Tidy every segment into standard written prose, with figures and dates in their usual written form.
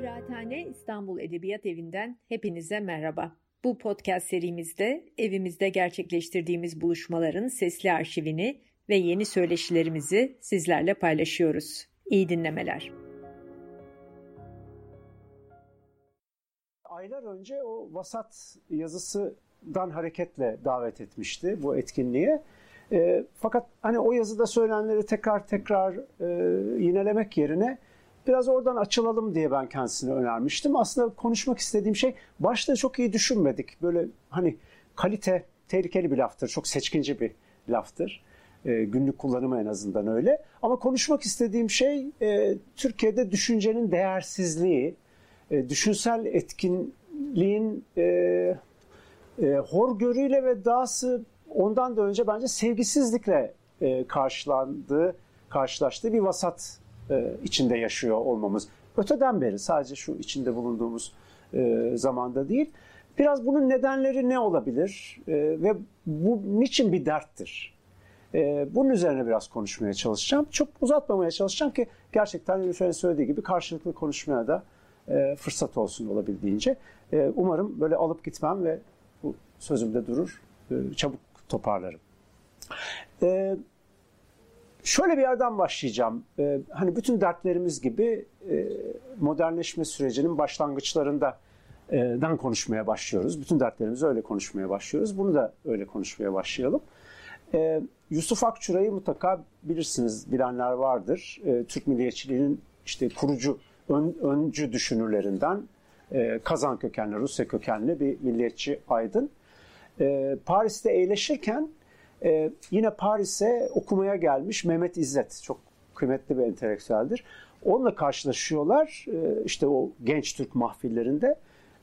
Kıraathane İstanbul Edebiyat Evi'nden hepinize merhaba. Bu podcast serimizde evimizde gerçekleştirdiğimiz buluşmaların sesli arşivini ve yeni söyleşilerimizi sizlerle paylaşıyoruz. İyi dinlemeler. Aylar önce o Vasat yazısından hareketle davet etmişti bu etkinliğe. Fakat hani o yazıda söylenenleri tekrar yinelemek yerine biraz oradan açılalım diye ben kendisine önermiştim. Aslında konuşmak istediğim şey başta çok iyi düşünmedik. Böyle hani kalite tehlikeli bir laftır. Çok seçkinci bir laftır. Günlük kullanımı en azından öyle. Ama konuşmak istediğim şey Türkiye'de düşüncenin değersizliği, düşünsel etkinliğin horgörüyle ve dahası ondan da önce bence sevgisizlikle karşılaştığı bir vasat içinde yaşıyor olmamız. Öteden beri sadece şu içinde bulunduğumuz zamanda değil. Biraz bunun nedenleri ne olabilir ve bu niçin bir derttir? Bunun üzerine biraz konuşmaya çalışacağım. Çok uzatmamaya çalışacağım ki gerçekten Nilüfer'in söylediği gibi karşılıklı konuşmaya da fırsat olsun olabildiğince. Umarım böyle alıp gitmem ve bu sözümde durur, çabuk toparlarım. Şöyle bir yerden başlayacağım. Hani bütün dertlerimiz gibi modernleşme sürecinin başlangıçlarından konuşmaya başlıyoruz. Bütün dertlerimizi öyle konuşmaya başlıyoruz. Bunu da öyle konuşmaya başlayalım. Yusuf Akçura'yı mutlaka bilirsiniz, bilenler vardır. Türk milliyetçiliğinin işte kurucu, öncü düşünürlerinden, Kazan kökenli, Rusya kökenli bir milliyetçi aydın. Paris'te eğleşirken yine Paris'e okumaya gelmiş Mehmet İzzet, çok kıymetli bir entelektüeldir. Onunla karşılaşıyorlar işte o genç Türk mahfillerinde.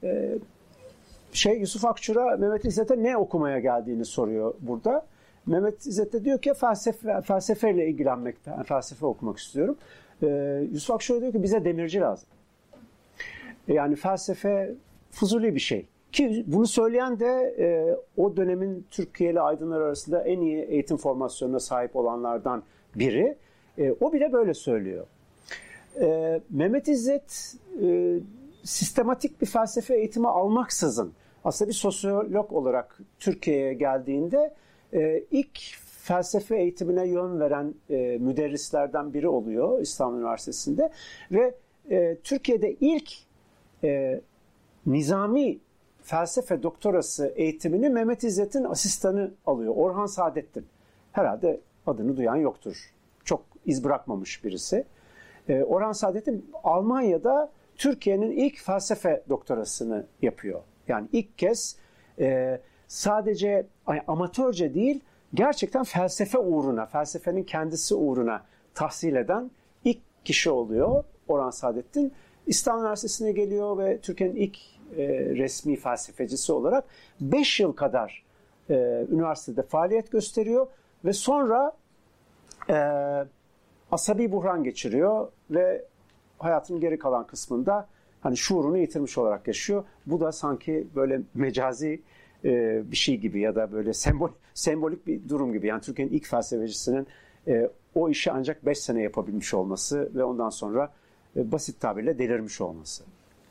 Yusuf Akçura Mehmet İzzet'e ne okumaya geldiğini soruyor burada. Mehmet İzzet de diyor ki felsefeyle ilgilenmekten, felsefe okumak istiyorum. Yusuf Akçura diyor ki bize demirci lazım. Yani felsefe fuzuli bir şey. Ki bunu söyleyen de o dönemin Türkiye'li aydınlar arasında en iyi eğitim formasyonuna sahip olanlardan biri. O bile böyle söylüyor. Mehmet İzzet sistematik bir felsefe eğitimi almaksızın aslında bir sosyolog olarak Türkiye'ye geldiğinde ilk felsefe eğitimine yön veren müderrislerden biri oluyor İstanbul Üniversitesi'nde. Ve Türkiye'de ilk nizami felsefe doktorası eğitimini Mehmet İzzet'in asistanı alıyor. Orhan Saadettin. Herhalde adını duyan yoktur. Çok iz bırakmamış birisi. Orhan Saadettin Almanya'da Türkiye'nin ilk felsefe doktorasını yapıyor. Yani ilk kez sadece amatörce değil, gerçekten felsefe uğruna, felsefenin kendisi uğruna tahsil eden ilk kişi oluyor Orhan Saadettin. İstanbul Üniversitesi'ne geliyor ve Türkiye'nin ilk resmi felsefecisi olarak 5 yıl kadar üniversitede faaliyet gösteriyor ve sonra asabi buhran geçiriyor ve hayatının geri kalan kısmında hani şuurunu yitirmiş olarak yaşıyor. Bu da sanki böyle mecazi bir şey gibi ya da böyle sembolik bir durum gibi. Yani Türkiye'nin ilk felsefecisinin o işi ancak 5 sene yapabilmiş olması ve ondan sonra basit tabirle delirmiş olması.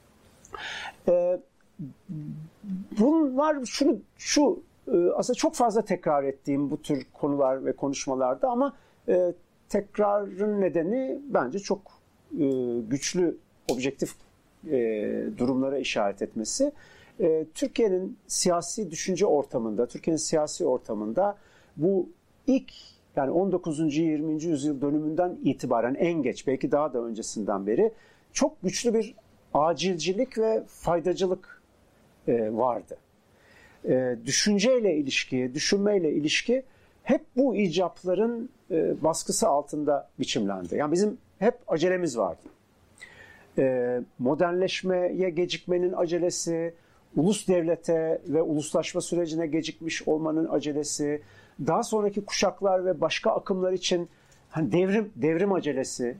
Bunlar aslında çok fazla tekrar ettiğim bu tür konular ve konuşmalarda ama tekrarın nedeni bence çok güçlü objektif durumlara işaret etmesi. Türkiye'nin siyasi düşünce ortamında, Türkiye'nin siyasi ortamında bu ilk yani 19. 20. yüzyıl dönümünden itibaren en geç belki daha da öncesinden beri çok güçlü bir acilcilik ve faydacılık vardı. Düşünceyle ilişki, düşünmeyle ilişki hep bu icapların baskısı altında biçimlendi. Yani bizim hep acelemiz vardı. Modernleşmeye gecikmenin acelesi, ulus devlete ve uluslaşma sürecine gecikmiş olmanın acelesi, daha sonraki kuşaklar ve başka akımlar için hani devrim acelesi,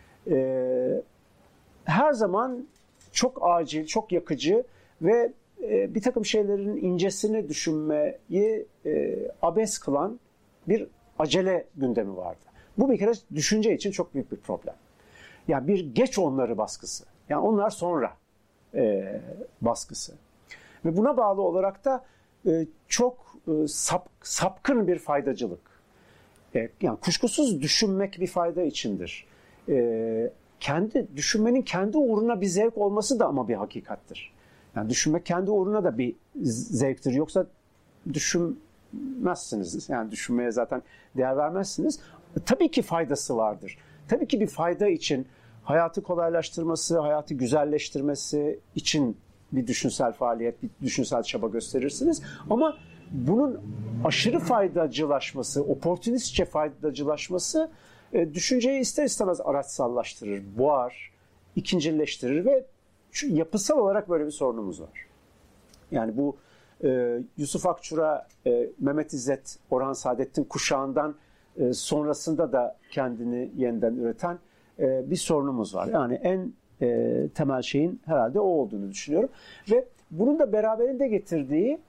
her zaman çok acil, çok yakıcı ve bir takım şeylerin incesini düşünmeyi abes kılan bir acele gündemi vardı. Bu bir kere düşünce için çok büyük bir problem. Yani bir geç onları baskısı. Yani onlar sonra baskısı. Ve buna bağlı olarak da çok sapkın bir faydacılık. Yani kuşkusuz düşünmek bir fayda içindir. Düşünmenin kendi uğruna bir zevk olması da ama bir hakikattir. Yani düşünmek kendi uğruna da bir zevktir. Yoksa düşünmezsiniz. Yani düşünmeye zaten değer vermezsiniz. Tabii ki faydası vardır. Tabii ki bir fayda için hayatı kolaylaştırması, hayatı güzelleştirmesi için bir düşünsel faaliyet, bir düşünsel çaba gösterirsiniz. Ama bunun aşırı faydacılaşması, oportunistçe faydacılaşması düşünceyi ister istemez araçsallaştırır, boğar, ikincilleştirir ve yapısal olarak böyle bir sorunumuz var. Yani bu Yusuf Akçura, Mehmet İzzet, Orhan Saadettin kuşağından sonrasında da kendini yeniden üreten bir sorunumuz var. Yani en temel şeyin herhalde o olduğunu düşünüyorum. Ve bunun da beraberinde getirdiği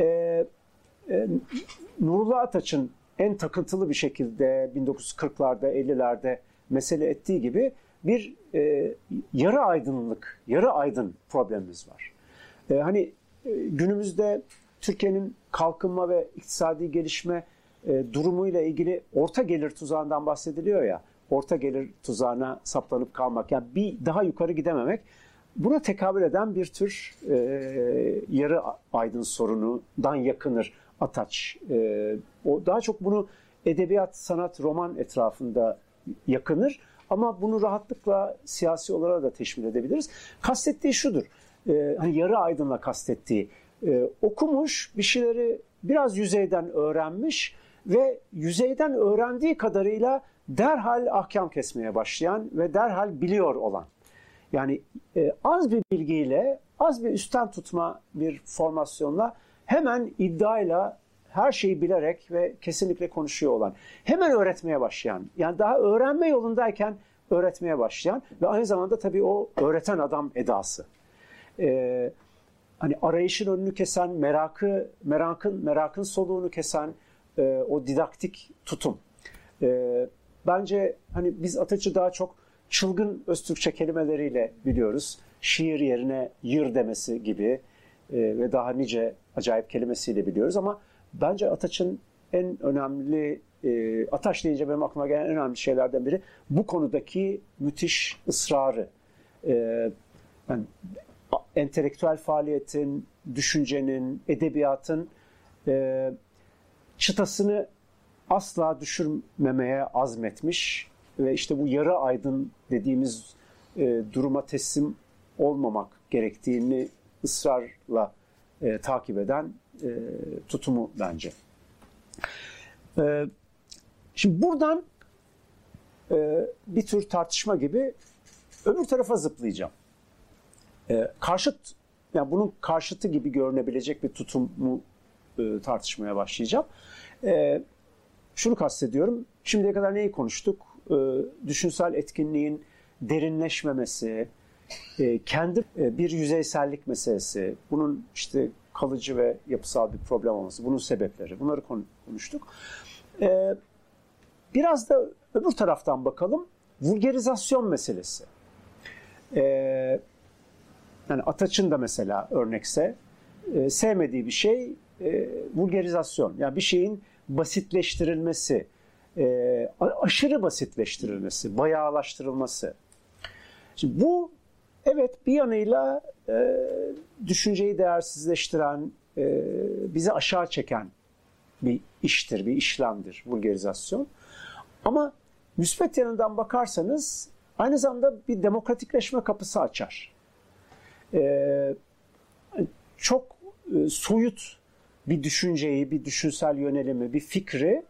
Nurullah Ataç'ın en takıntılı bir şekilde 1940'larda, 50'lerde mesele ettiği gibi bir yarı aydınlık, yarı aydın problemimiz var. Hani günümüzde Türkiye'nin kalkınma ve iktisadi gelişme durumuyla ilgili orta gelir tuzağından bahsediliyor ya, orta gelir tuzağına saplanıp kalmak, yani bir daha yukarı gidememek, buna tekabül eden bir tür yarı aydın sorunundan yakınır Ataç. O daha çok bunu edebiyat, sanat, roman etrafında yakınır ama bunu rahatlıkla siyasi olarak da teşmil edebiliriz. Kastettiği şudur, hani yarı aydınla kastettiği, okumuş, bir şeyleri biraz yüzeyden öğrenmiş ve yüzeyden öğrendiği kadarıyla derhal ahkam kesmeye başlayan ve derhal biliyor olan. Yani az bir bilgiyle, az bir üstten tutma bir formasyonla hemen iddiayla her şeyi bilerek ve kesinlikle konuşuyor olan. Hemen öğretmeye başlayan, yani daha öğrenme yolundayken öğretmeye başlayan ve aynı zamanda tabii o öğreten adam edası. Hani arayışın önünü kesen, merakın soluğunu kesen o didaktik tutum. Bence hani biz Ataç'ı daha çok çılgın Öztürkçe kelimeleriyle biliyoruz. Şiir yerine yır demesi gibi ve daha nice acayip kelimesiyle biliyoruz ama bence Ataç'ın en önemli, Ataç deyince benim aklıma gelen en önemli şeylerden biri bu konudaki müthiş ısrarı. Yani entelektüel faaliyetin, düşüncenin, edebiyatın çıtasını asla düşürmemeye azmetmiş ve işte bu yarı aydın dediğimiz duruma teslim olmamak gerektiğini ısrarla takip eden tutumu bence. Şimdi buradan bir tür tartışma gibi öbür tarafa zıplayacağım. Yani bunun karşıtı gibi görünebilecek bir tutumu tartışmaya başlayacağım. Şunu kastediyorum. Şimdiye kadar neyi konuştuk? Düşünsel etkinliğin derinleşmemesi, kendi bir yüzeysellik meselesi, bunun işte kalıcı ve yapısal bir problem olması, bunun sebepleri, bunları konuştuk. Biraz da öbür taraftan bakalım. Vulgarizasyon meselesi. Yani Ataç'ın da mesela örnekse sevmediği bir şey vulgarizasyon. Yani bir şeyin basitleştirilmesi, aşırı basitleştirilmesi, bayağılaştırılması. Şimdi bu evet bir yanıyla düşünceyi değersizleştiren, bizi aşağı çeken bir iştir, bir işlemdir vulgarizasyon. Ama müspet yanından bakarsanız aynı zamanda bir demokratikleşme kapısı açar. Çok soyut bir düşünceyi, bir düşünsel yönelimi, bir fikri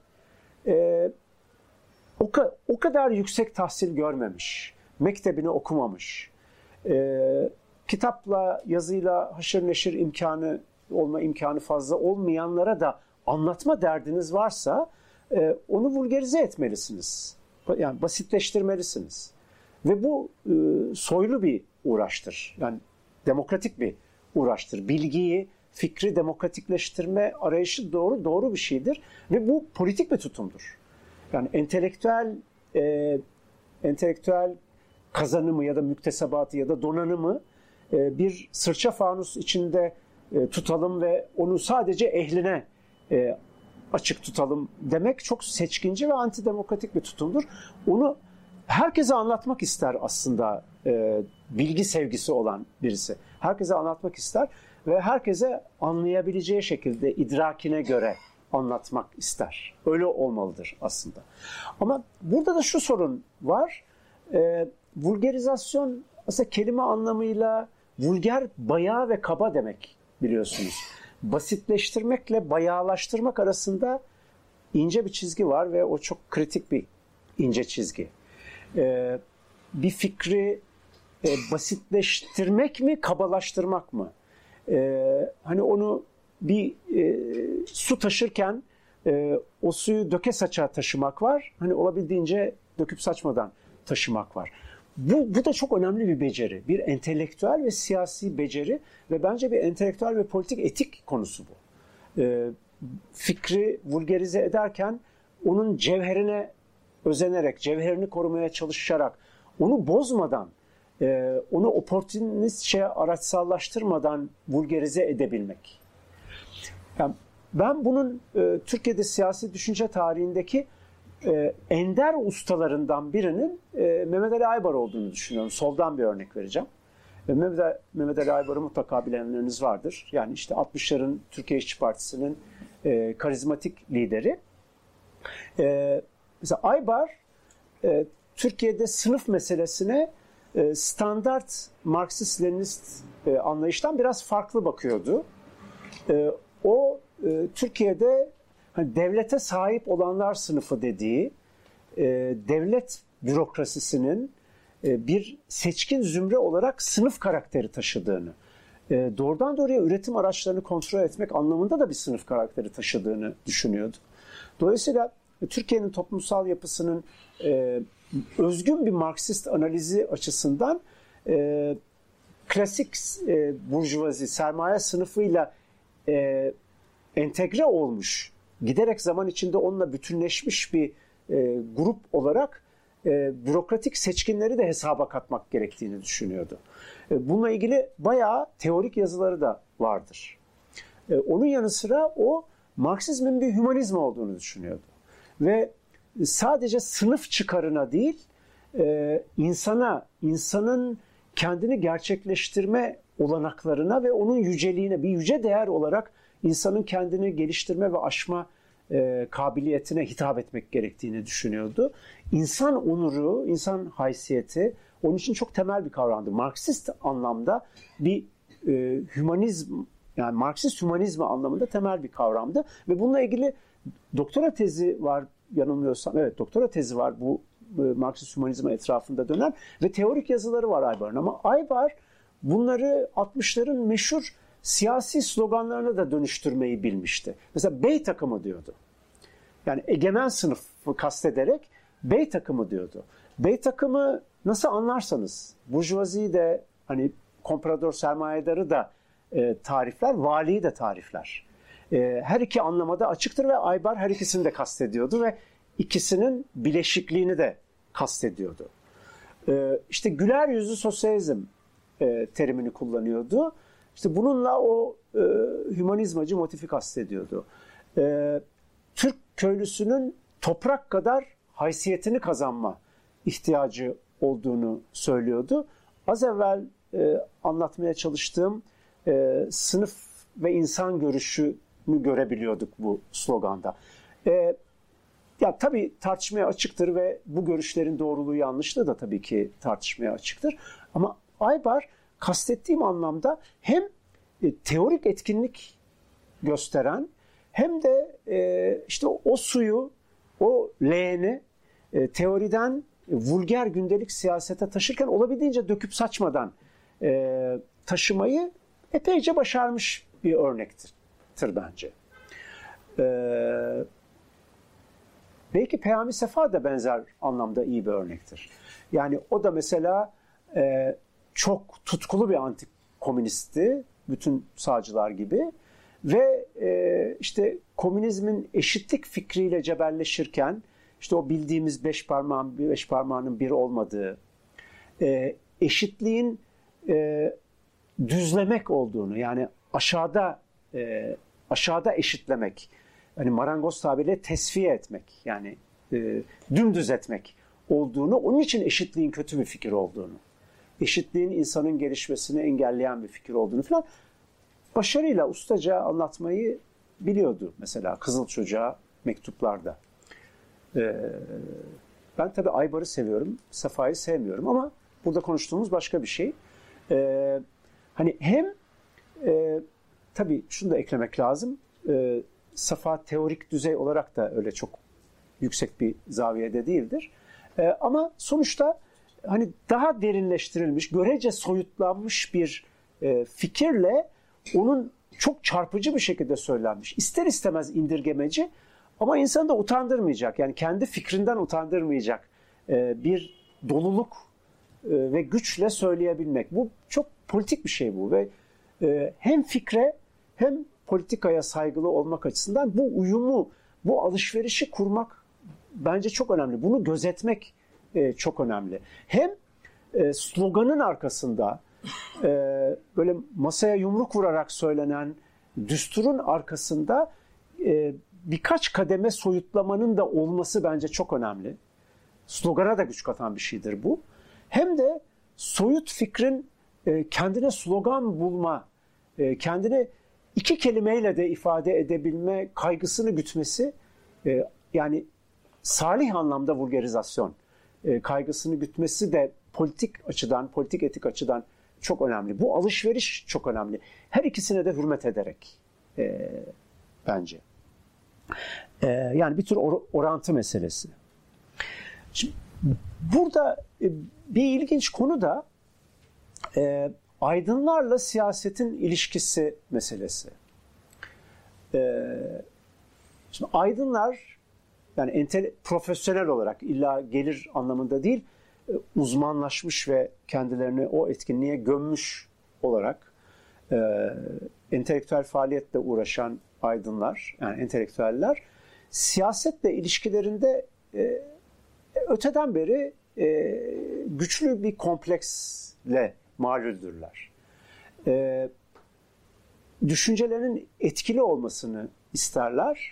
o kadar yüksek tahsil görmemiş, mektebini okumamış, kitapla, yazıyla haşır neşir olma imkanı fazla olmayanlara da anlatma derdiniz varsa onu vulgarize etmelisiniz. Yani basitleştirmelisiniz. Ve bu soylu bir uğraştır. Yani demokratik bir uğraştır. Bilgiyi, fikri demokratikleştirme arayışı doğru bir şeydir. Ve bu politik bir tutumdur. Yani entelektüel kazanımı ya da müktesebatı ya da donanımı bir sırça fanus içinde tutalım ve onu sadece ehline açık tutalım demek çok seçkinci ve antidemokratik bir tutumdur. Onu herkese anlatmak ister aslında bilgi sevgisi olan birisi. Herkese anlatmak ister ve herkese anlayabileceği şekilde idrakine göre anlatmak ister. Öyle olmalıdır aslında. Ama burada da şu sorun var. Vulgarizasyon aslında kelime anlamıyla vulger, bayağı ve kaba demek, biliyorsunuz. Basitleştirmekle bayağılaştırmak arasında ince bir çizgi var ve o çok kritik bir ince çizgi. Bir fikri basitleştirmek mi, kabalaştırmak mı? Hani onu bir su taşırken o suyu döke saça taşımak var. Hani olabildiğince döküp saçmadan taşımak var. Bu da çok önemli bir beceri. Bir entelektüel ve siyasi beceri ve bence bir entelektüel ve politik etik konusu bu. Fikri vulgarize ederken onun cevherine özenerek, cevherini korumaya çalışarak, onu bozmadan, onu oportunistçe araçsallaştırmadan vulgarize edebilmek. Yani ben bunun Türkiye'de siyasi düşünce tarihindeki ender ustalarından birinin Mehmet Ali Aybar olduğunu düşünüyorum. Soldan bir örnek vereceğim. Mehmet Ali Aybar'ı mutlaka bilenleriniz vardır. Yani işte 60'ların Türkiye İşçi Partisi'nin karizmatik lideri. Mesela Aybar Türkiye'de sınıf meselesine standart Marksist-Leninist anlayıştan biraz farklı bakıyordu. O Türkiye'de hani devlete sahip olanlar sınıfı dediği devlet bürokrasisinin bir seçkin zümre olarak sınıf karakteri taşıdığını, doğrudan doğruya üretim araçlarını kontrol etmek anlamında da bir sınıf karakteri taşıdığını düşünüyordu. Dolayısıyla Türkiye'nin toplumsal yapısının özgün bir Marksist analizi açısından klasik burjuvazi, sermaye sınıfıyla entegre olmuş, giderek zaman içinde onunla bütünleşmiş bir grup olarak bürokratik seçkinleri de hesaba katmak gerektiğini düşünüyordu. Bununla ilgili bayağı teorik yazıları da vardır. Onun yanı sıra o Marksizmin bir hümanizm olduğunu düşünüyordu. Ve sadece sınıf çıkarına değil, insanın kendini gerçekleştirme olanaklarına ve onun yüceliğine, bir yüce değer olarak insanın kendini geliştirme ve aşma kabiliyetine hitap etmek gerektiğini düşünüyordu. İnsan onuru, insan haysiyeti onun için çok temel bir kavramdı. Marksist anlamda bir hümanizm, yani Marksist hümanizmi anlamında temel bir kavramdı ve bununla ilgili doktora tezi var, yanılmıyorsam. Evet, doktora tezi var bu Marksist hümanizm etrafında dönen ve teorik yazıları var Aybar'ın. Ama Aybar bunları 60'ların meşhur siyasi sloganlarına da dönüştürmeyi bilmişti. Mesela bey takımı diyordu. Yani egemen sınıfı kastederek bey takımı diyordu. Bey takımı nasıl anlarsanız, burjuvaziyi de, hani komprador sermayedarı da tarifler, valiyi de tarifler. Her iki anlamada açıktır ve Aybar her ikisini de kastediyordu ve ikisinin bileşikliğini de kastediyordu. İşte güler yüzlü sosyalizm terimini kullanıyordu. İşte bununla o hümanizmacı motifi kastediyordu. Türk köylüsünün toprak kadar haysiyetini kazanma ihtiyacı olduğunu söylüyordu. Az evvel anlatmaya çalıştığım sınıf ve insan görüşünü görebiliyorduk bu sloganda. Ya tabii tartışmaya açıktır ve bu görüşlerin doğruluğu yanlışlığı da tabii ki tartışmaya açıktır. Ama Aybar kastettiğim anlamda hem teorik etkinlik gösteren hem de işte o suyu, o leğeni teoriden vulger gündelik siyasete taşırken olabildiğince döküp saçmadan taşımayı epeyce başarmış bir örnektir bence. Belki Peyami Sefa da benzer anlamda iyi bir örnektir. Yani o da mesela çok tutkulu bir antikomünistti, bütün sağcılar gibi. Ve işte komünizmin eşitlik fikriyle cebelleşirken, işte o bildiğimiz beş parmağın bir olmadığı, eşitliğin düzlemek olduğunu, yani aşağıda eşitlemek, hani marangoz tabiriyle tesfiye etmek, yani dümdüz etmek olduğunu, onun için eşitliğin kötü bir fikir olduğunu, eşitliğin insanın gelişmesini engelleyen bir fikir olduğunu falan başarıyla, ustaca anlatmayı biliyordu mesela Kızıl Çocuğa mektuplarda. Ben tabii Aybar'ı seviyorum, Safa'yı sevmiyorum ama burada konuştuğumuz başka bir şey. Hani hem tabii şunu da eklemek lazım. Safa teorik düzey olarak da öyle çok yüksek bir zaviyede değildir. Ama sonuçta hani daha derinleştirilmiş, görece soyutlanmış bir fikirle onun çok çarpıcı bir şekilde söylenmiş. İster istemez indirgemeci ama insanı da utandırmayacak. Yani kendi fikrinden utandırmayacak bir doluluk ve güçle söyleyebilmek. Bu çok politik bir şey bu ve hem fikre hem politikaya saygılı olmak açısından bu uyumu, bu alışverişi kurmak bence çok önemli. Bunu gözetmek çok önemli. Hem sloganın arkasında böyle masaya yumruk vurarak söylenen düsturun arkasında birkaç kademe soyutlamanın da olması bence çok önemli. Slogana da güç katan bir şeydir bu. Hem de soyut fikrin kendine slogan bulma, kendine iki kelimeyle de ifade edebilme kaygısını gütmesi, yani salih anlamda vulgarizasyon kaygısını gütmesi de politik açıdan, politik etik açıdan çok önemli. Bu alışveriş çok önemli. Her ikisine de hürmet ederek bence. Yani bir tür orantı meselesi. Şimdi, burada bir ilginç konu da aydınlarla siyasetin ilişkisi meselesi. Şimdi aydınlar, yani profesyonel olarak, illa gelir anlamında değil, uzmanlaşmış ve kendilerini o etkinliğe gömmüş olarak entelektüel faaliyetle uğraşan aydınlar, yani entelektüeller, siyasetle ilişkilerinde öteden beri güçlü bir kompleksle maluldürler. Düşüncelerinin etkili olmasını isterler.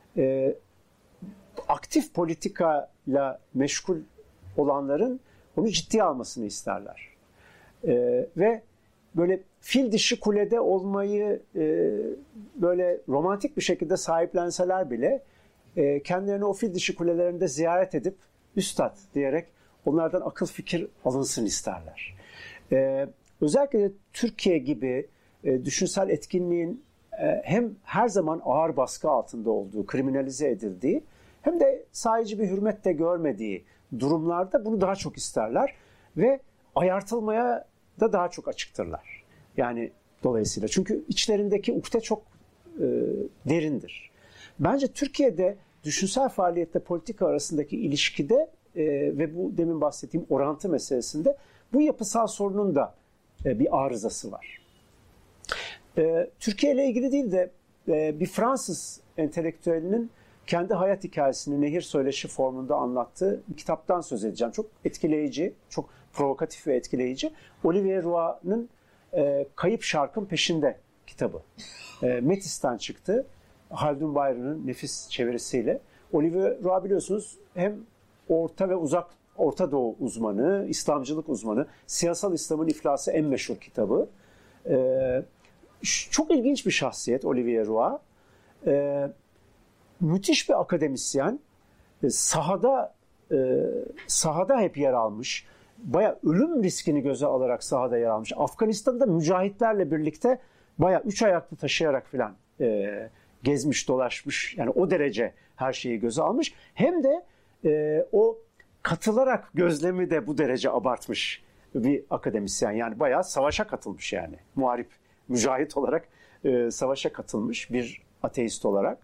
Aktif politikayla meşgul olanların onu ciddiye almasını isterler. Ve böyle fil dişi kulede olmayı böyle romantik bir şekilde sahiplenseler bile kendilerini o fil dişi kulelerinde ziyaret edip üstad diyerek onlardan akıl fikir alınsın isterler. Özellikle Türkiye gibi düşünsel etkinliğin hem her zaman ağır baskı altında olduğu, kriminalize edildiği, hem de sahici bir hürmet de görmediği durumlarda bunu daha çok isterler ve ayartılmaya da daha çok açıktırlar. Yani dolayısıyla. Çünkü içlerindeki ukde çok derindir. Bence Türkiye'de düşünsel faaliyetle politika arasındaki ilişkide ve bu demin bahsettiğim orantı meselesinde bu yapısal sorunun da bir arızası var. Türkiye ile ilgili değil de bir Fransız entelektüelinin kendi hayat hikayesini nehir söyleşi formunda anlattığı bir kitaptan söz edeceğim. Çok etkileyici, çok provokatif ve etkileyici. Olivier Roy'nın Kayıp Şarkın Peşinde kitabı. Metis'ten çıktı. Haldun Bayron'un nefis çevirisiyle. Olivier Roy biliyorsunuz hem Orta ve Orta Doğu uzmanı, İslamcılık uzmanı. Siyasal İslam'ın İflası en meşhur kitabı. Çok ilginç bir şahsiyet Olivier Roy. Müthiş bir akademisyen. Sahada hep yer almış. Bayağı ölüm riskini göze alarak sahada yer almış. Afganistan'da mücahitlerle birlikte bayağı 3 ayaklı taşıyarak filan gezmiş, dolaşmış. Yani o derece her şeyi göze almış. Hem de o katılarak gözlemi de bu derece abartmış bir akademisyen. Yani bayağı savaşa katılmış yani. Muharip, mücahit olarak savaşa katılmış bir ateist olarak.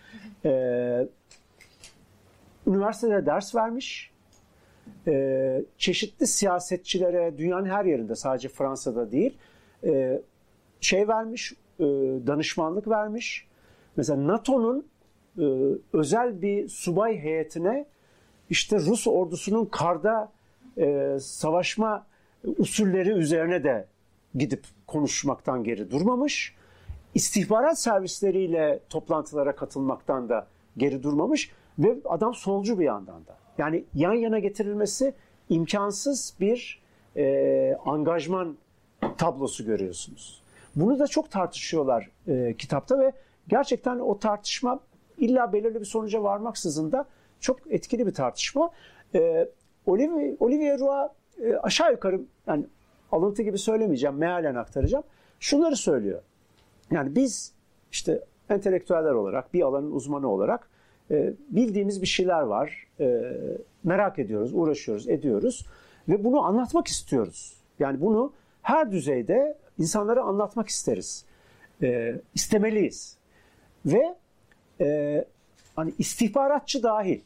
Üniversitede ders vermiş. Çeşitli siyasetçilere dünyanın her yerinde, sadece Fransa'da değil, vermiş, danışmanlık vermiş. Mesela NATO'nun özel bir subay heyetine işte Rus ordusunun karda savaşma usulleri üzerine de gidip konuşmaktan geri durmamış. İstihbarat servisleriyle toplantılara katılmaktan da geri durmamış ve adam solcu bir yandan da. Yani yan yana getirilmesi imkansız bir angajman tablosu görüyorsunuz. Bunu da çok tartışıyorlar kitapta ve gerçekten o tartışma illa belirli bir sonuca varmaksızın da çok etkili bir tartışma. Olivier Roy aşağı yukarı, yani alıntı gibi söylemeyeceğim, mealen aktaracağım. Şunları söylüyor. Yani biz işte entelektüeller olarak, bir alanın uzmanı olarak bildiğimiz bir şeyler var. Merak ediyoruz, uğraşıyoruz, ediyoruz ve bunu anlatmak istiyoruz. Yani bunu her düzeyde insanlara anlatmak isteriz. İstemeliyiz. Ve hani istihbaratçı dahil,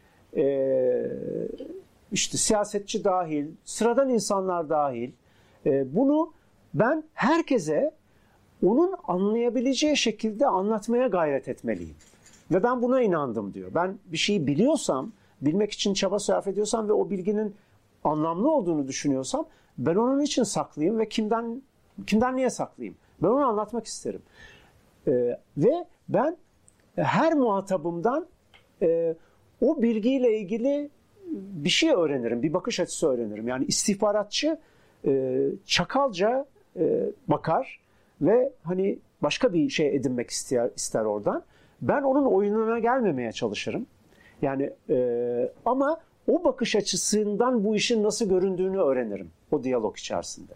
işte siyasetçi dahil, sıradan insanlar dahil, bunu ben herkese onun anlayabileceği şekilde anlatmaya gayret etmeliyim. Ve ben buna inandım diyor. Ben bir şeyi biliyorsam, bilmek için çaba sarf ediyorsam ve o bilginin anlamlı olduğunu düşünüyorsam, ben onun için saklayayım ve kimden niye saklayayım? Ben onu anlatmak isterim. Ve ben her muhatabımdan o bilgiyle ilgili bir şey öğrenirim, bir bakış açısı öğrenirim. Yani istihbaratçı çakalca bakar ve hani başka bir şey edinmek ister oradan. Ben onun oyununa gelmemeye çalışırım. Yani ama o bakış açısından bu işin nasıl göründüğünü öğrenirim o diyalog içerisinde.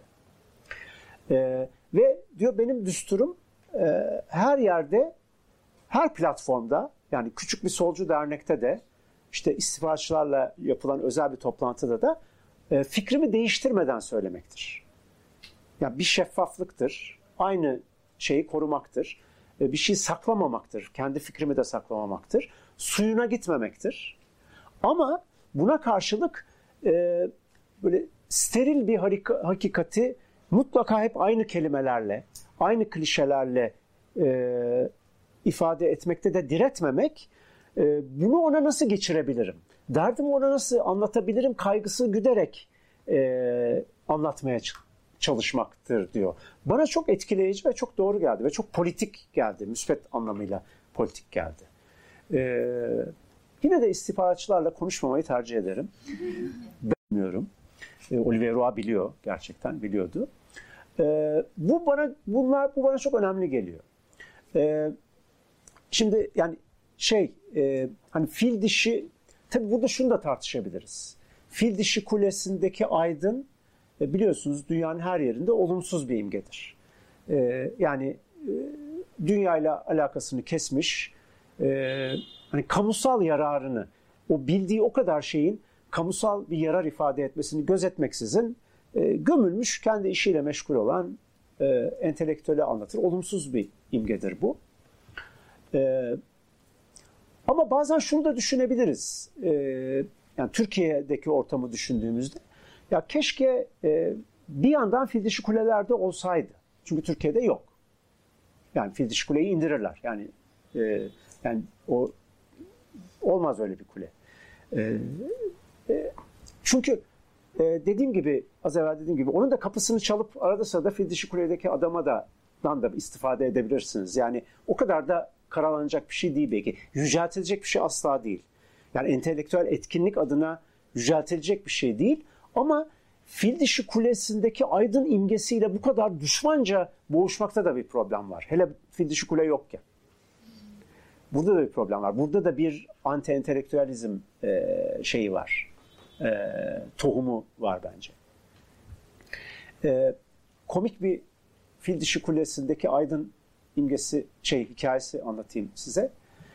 Ve diyor benim düsturum her yerde, her platformda, yani küçük bir solcu dernekte de, işte istihbaratçılarla yapılan özel bir toplantıda da fikrimi değiştirmeden söylemektir. Yani bir şeffaflıktır, aynı şeyi korumaktır, bir şey saklamamaktır, kendi fikrimi de saklamamaktır, suyuna gitmemektir. Ama buna karşılık böyle steril bir hakikati mutlaka hep aynı kelimelerle, aynı klişelerle ifade etmekte de diretmemek, bunu ona nasıl geçirebilirim? Derdimi ona nasıl anlatabilirim kaygısı güderek anlatmaya çalışmaktır diyor. Bana çok etkileyici ve çok doğru geldi ve çok politik geldi. Müspet anlamıyla politik geldi. Yine de istihbaratçılarla konuşmamayı tercih ederim. Bilmiyorum. Olivier Roy biliyor, gerçekten biliyordu. Bu bana çok önemli geliyor. Şimdi yani hani fil dişi, tabii burada şunu da tartışabiliriz. Fil dişi kulesindeki aydın biliyorsunuz dünyanın her yerinde olumsuz bir imgedir. Yani dünyayla alakasını kesmiş, hani kamusal yararını, o bildiği o kadar şeyin kamusal bir yarar ifade etmesini gözetmeksizin gömülmüş, kendi işiyle meşgul olan entelektüeli anlatır. Olumsuz bir imgedir bu. Ama bazen şunu da düşünebiliriz. Yani Türkiye'deki ortamı düşündüğümüzde, ya keşke bir yandan fil dişi kulelerde olsaydı. Çünkü Türkiye'de yok. Yani fil dişi kuleyi indirirler. Yani o olmaz öyle bir kule. Çünkü az evvel dediğim gibi onun da kapısını çalıp arada sırada fil dişi kuledeki adamdan da istifade edebilirsiniz. Yani o kadar da karalanacak bir şey değil belki. Yüceltilecek bir şey asla değil. Yani entelektüel etkinlik adına yüceltilecek bir şey değil. Ama fil dişi kulesindeki aydın imgesiyle bu kadar düşmanca boğuşmakta da bir problem var. Hele fil dişi kule yokken. Burada da bir problem var. Burada da bir anti-entelektüelizm şeyi var. Tohumu var bence. Komik bir fil dişi kulesindeki aydın imgesi hikayesi anlatayım size.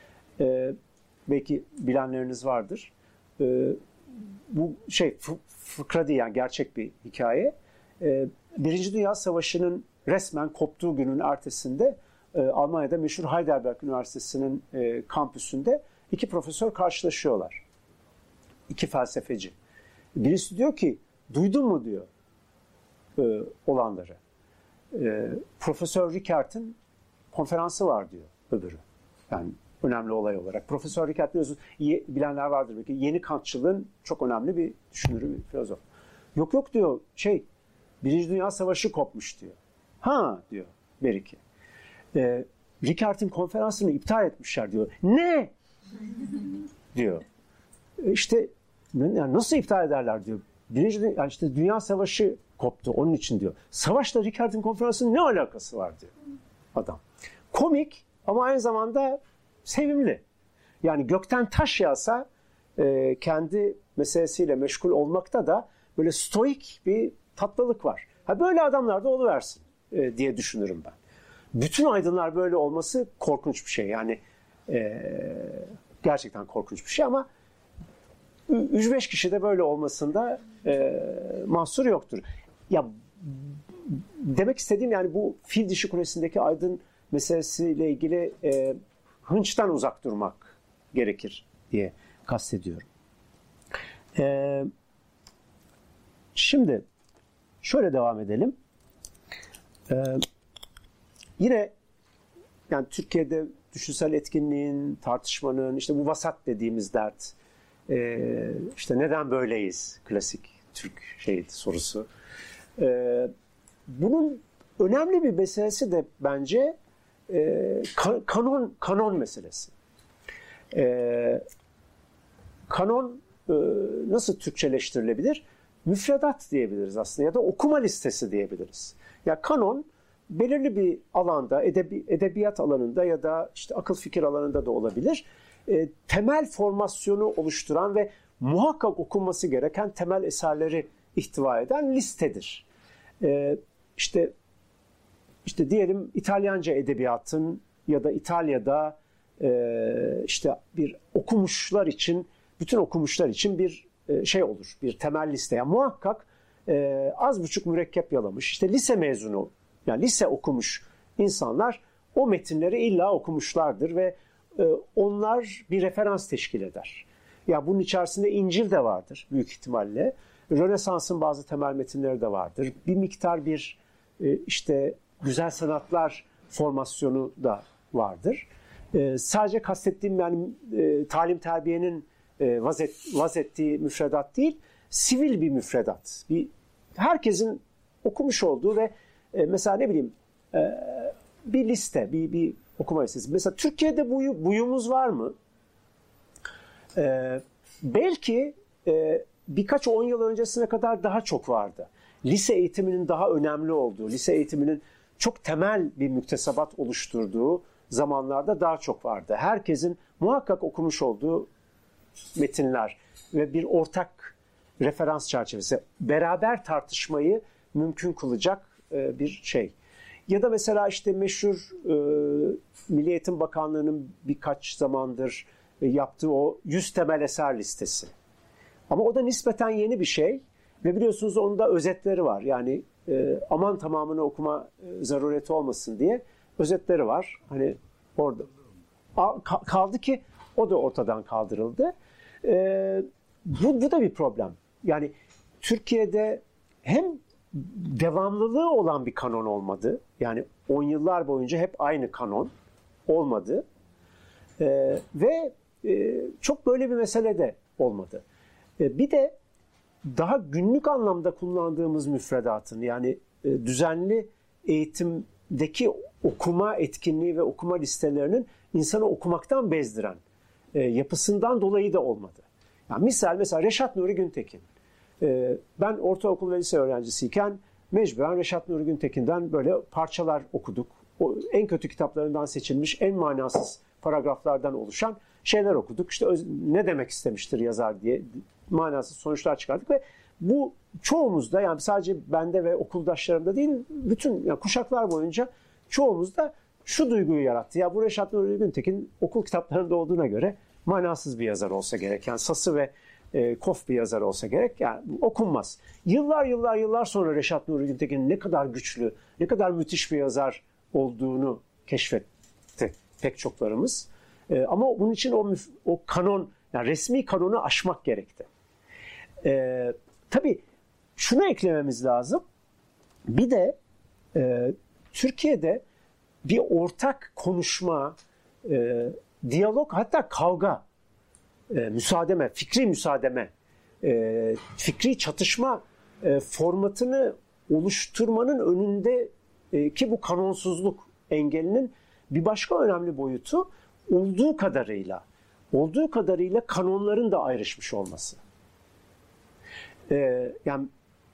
Belki bilenleriniz vardır. Bu fıkra değil, yani gerçek bir hikaye. Birinci Dünya Savaşı'nın resmen koptuğu günün ertesinde Almanya'da meşhur Heidelberg Üniversitesi'nin kampüsünde iki profesör karşılaşıyorlar. İki felsefeci. Birisi diyor ki, duydun mu diyor olanları. Profesör Ricart'ın konferansı var diyor öbürü. Yani önemli olay olarak. Profesör Richard Lewis bilenler vardır belki. Yeni Kantçılığın çok önemli bir düşünürü, bir filozof. Yok diyor Birinci Dünya Savaşı kopmuş diyor. Ha diyor Beriki. Ricard'in konferansını iptal etmişler diyor. Ne? diyor. İşte yani nasıl iptal ederler diyor. Yani işte Dünya Savaşı koptu onun için diyor. Savaşla Ricard'in konferansının ne alakası var diyor adam. Komik ama aynı zamanda sevimli. Yani gökten taş yağsa kendi meselesiyle meşgul olmakta da böyle stoik bir tatlılık var. Böyle adamlar da oluversin diye düşünürüm ben. Bütün aydınlar böyle olması korkunç bir şey. Yani gerçekten korkunç bir şey ama 3-5 kişi de böyle olmasında mahsur yoktur. Ya demek istediğim yani bu Fil Dişi Kulesi'ndeki aydın meselesiyle ilgili hınçtan uzak durmak gerekir diye kastediyorum. Şimdi şöyle devam edelim. Yine yani Türkiye'de düşünsel etkinliğin, tartışmanın, işte bu vasat dediğimiz dert, işte neden böyleyiz klasik Türk sorusu. Bunun önemli bir meselesi de bence kanon meselesi. Kanon nasıl Türkçeleştirilebilir? Müfredat diyebiliriz aslında ya da okuma listesi diyebiliriz. Ya kanon belirli bir alanda, edebiyat alanında ya da işte akıl fikir alanında da olabilir. Temel formasyonu oluşturan ve muhakkak okunması gereken temel eserleri ihtiva eden listedir. İşte diyelim İtalyanca edebiyatın ya da İtalya'da işte bir bütün okumuşlar için bir olur, bir temel liste. Yani muhakkak az buçuk mürekkep yalamış, işte lise mezunu, yani lise okumuş insanlar o metinleri illa okumuşlardır ve onlar bir referans teşkil eder. Ya bunun içerisinde İncil de vardır büyük ihtimalle. Rönesans'ın bazı temel metinleri de vardır. Bir miktar işte güzel sanatlar formasyonu da vardır. Sadece kastettiğim yani talim terbiyenin vaz ettiği müfredat değil, sivil bir müfredat. Herkesin okumuş olduğu ve mesela ne bileyim bir liste, bir okuma listesi. Mesela Türkiye'de buyumuz var mı? Belki birkaç 10 yıl öncesine kadar daha çok vardı. Lise eğitiminin daha önemli olduğu, lise eğitiminin çok temel bir müktesebat oluşturduğu zamanlarda daha çok vardı. Herkesin muhakkak okumuş olduğu metinler ve bir ortak referans çerçevesi, beraber tartışmayı mümkün kılacak bir şey. Ya da mesela işte meşhur Milli Eğitim Bakanlığı'nın birkaç zamandır yaptığı o 100 temel eser listesi. Ama o da nispeten yeni bir şey ve biliyorsunuz onun da özetleri var. Yani aman tamamını okuma zarureti olmasın diye özetleri var. Hani orada kaldı ki o da ortadan kaldırıldı. Bu da bir problem. Yani Türkiye'de hem devamlılığı olan bir kanon olmadı. Yani 10 yıllar boyunca hep aynı kanon olmadı. Ve çok böyle bir mesele de olmadı. Bir de daha günlük anlamda kullandığımız müfredatın yani düzenli eğitimdeki okuma etkinliği ve okuma listelerinin insanı okumaktan bezdiren yapısından dolayı da olmadı. Yani mesela Reşat Nuri Güntekin. Ben ortaokul ve lise öğrencisiyken mecburen Reşat Nuri Güntekin'den böyle parçalar okuduk. O en kötü kitaplarından seçilmiş, en manasız paragraflardan oluşan şeyler okuduk. İşte ne demek istemiştir yazar diye manasız sonuçlar çıkardık ve bu çoğumuzda yani sadece bende ve okuldaşlarımda değil bütün yani kuşaklar boyunca çoğumuzda şu duyguyu yarattı. Ya bu Reşat Nuri Güntekin okul kitaplarında olduğuna göre manasız bir yazar olsa gerek. Yani sası ve kof bir yazar olsa gerek. Yani okunmaz. Yıllar sonra Reşat Nuri Güntekin'in ne kadar güçlü, ne kadar müthiş bir yazar olduğunu keşfetti pek çoklarımız. Ama bunun için o kanon, yani resmi kanonu aşmak gerekti. Tabii şunu eklememiz lazım. Bir de Türkiye'de bir ortak konuşma diyalog, hatta kavga, müsaademe, fikri müsaademe, fikri çatışma formatını oluşturmanın önünde ki bu kanonsuzluk engelinin bir başka önemli boyutu olduğu kadarıyla kanonların da ayrışmış olması. Yani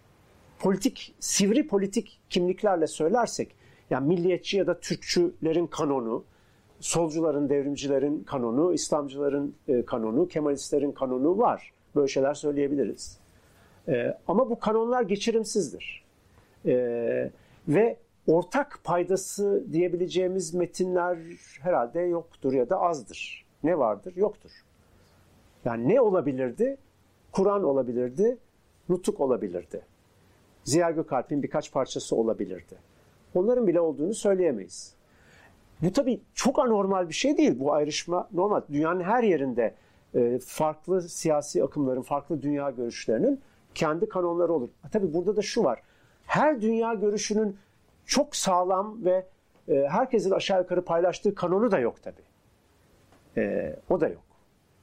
sivri politik kimliklerle söylersek, yani milliyetçi ya da Türkçülerin kanonu, solcuların, devrimcilerin kanonu, İslamcıların kanonu, Kemalistlerin kanonu var. Böyle şeyler söyleyebiliriz. Ama bu kanonlar geçirimsizdir. Ve ortak paydası diyebileceğimiz metinler herhalde yoktur ya da azdır. Ne vardır? Yoktur. Yani ne olabilirdi? Kur'an olabilirdi, nutuk olabilirdi. Ziya Gökalp'in birkaç parçası olabilirdi. Onların bile olduğunu söyleyemeyiz. Bu tabii çok anormal bir şey değil. Bu ayrışma normal. Dünyanın her yerinde farklı siyasi akımların, farklı dünya görüşlerinin kendi kanonları olur. Tabii burada da şu var. Her dünya görüşünün çok sağlam ve herkesin aşağı yukarı paylaştığı kanonu da yok tabii. O da yok.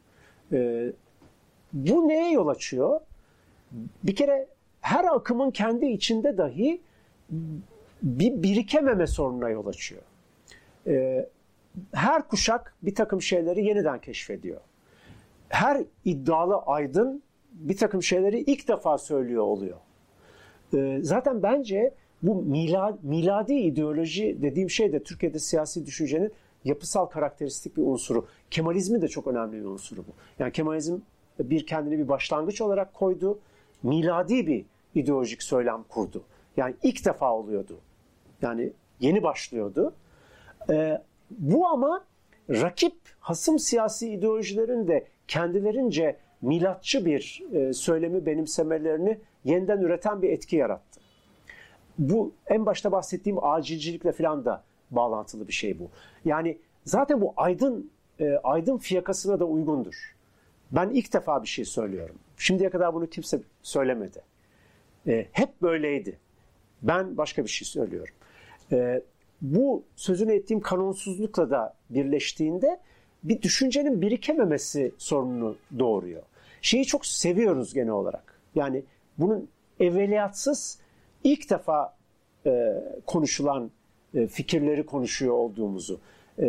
Bu neye yol açıyor? Bir kere her akımın kendi içinde dahi bir birikememe sorununa yol açıyor. Her kuşak bir takım şeyleri yeniden keşfediyor. Her iddialı aydın bir takım şeyleri ilk defa söylüyor oluyor. Zaten bence bu miladi ideoloji dediğim şey de Türkiye'de siyasi düşüncenin yapısal karakteristik bir unsuru. Kemalizmin de çok önemli bir unsuru bu. Yani Kemalizm kendini bir başlangıç olarak koydu. Miladi bir ideolojik söylem kurdu. Yani ilk defa oluyordu. Yani yeni başlıyordu. Bu ama rakip, hasım siyasi ideolojilerin de kendilerince milatçı bir söylemi benimsemelerini yeniden üreten bir etki yarattı. Bu en başta bahsettiğim acilcilikle falan da bağlantılı bir şey bu. Yani zaten bu aydın fiyakasına da uygundur. Ben ilk defa bir şey söylüyorum. Şimdiye kadar bunu kimse söylemedi. Hep böyleydi. Ben başka bir şey söylüyorum. Bu sözünü ettiğim kanonsuzlukla da birleştiğinde bir düşüncenin birikememesi sorununu doğuruyor. Şeyi çok seviyoruz genel olarak. Yani bunun evveliyatsız ilk defa konuşulan fikirleri konuşuyor olduğumuzu.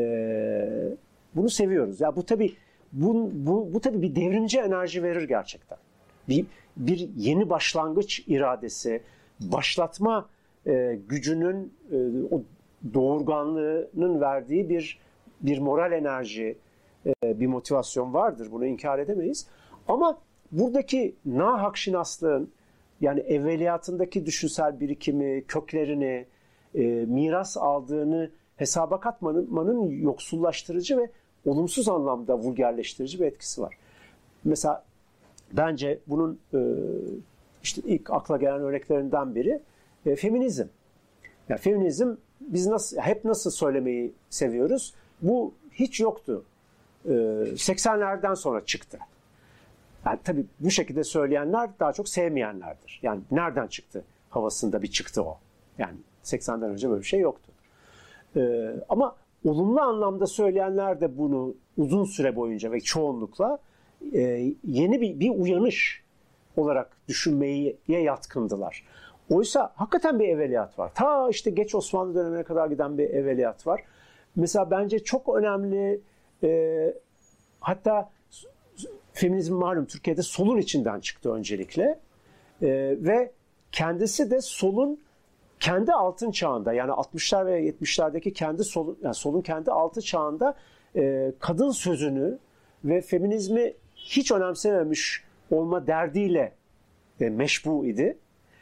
Bunu seviyoruz. Ya bu tabii bu tabii bir devrimci enerji verir gerçekten. Bir yeni başlangıç iradesi, başlatma gücünün o doğurganlığının verdiği bir moral enerji, bir motivasyon vardır. Bunu inkar edemeyiz. Ama buradaki nahakşinaslığın, yani evveliyatındaki düşünsel birikimi, köklerini, miras aldığını hesaba katmanın yoksullaştırıcı ve olumsuz anlamda vulgarleştirici bir etkisi var. Mesela bence bunun işte ilk akla gelen örneklerinden biri feminizm. Yani feminizm biz hep nasıl söylemeyi seviyoruz? Bu hiç yoktu. 80'lerden sonra çıktı. Yani tabii bu şekilde söyleyenler daha çok sevmeyenlerdir. Yani nereden çıktı havasında bir çıktı o. Yani 80'den önce böyle bir şey yoktu. Ama olumlu anlamda söyleyenler de bunu uzun süre boyunca ve çoğunlukla yeni bir uyanış olarak düşünmeye yatkındılar. Oysa hakikaten bir evveliyat var. Ta işte geç Osmanlı dönemine kadar giden bir evveliyat var. Mesela bence çok önemli, hatta feminizm malum Türkiye'de solun içinden çıktı öncelikle. Ve kendisi de solun kendi altın çağında, yani 60'lar ve 70'lerdeki solun kendi altın çağında kadın sözünü ve feminizmi hiç önemsememiş olma derdiyle meşbu idi.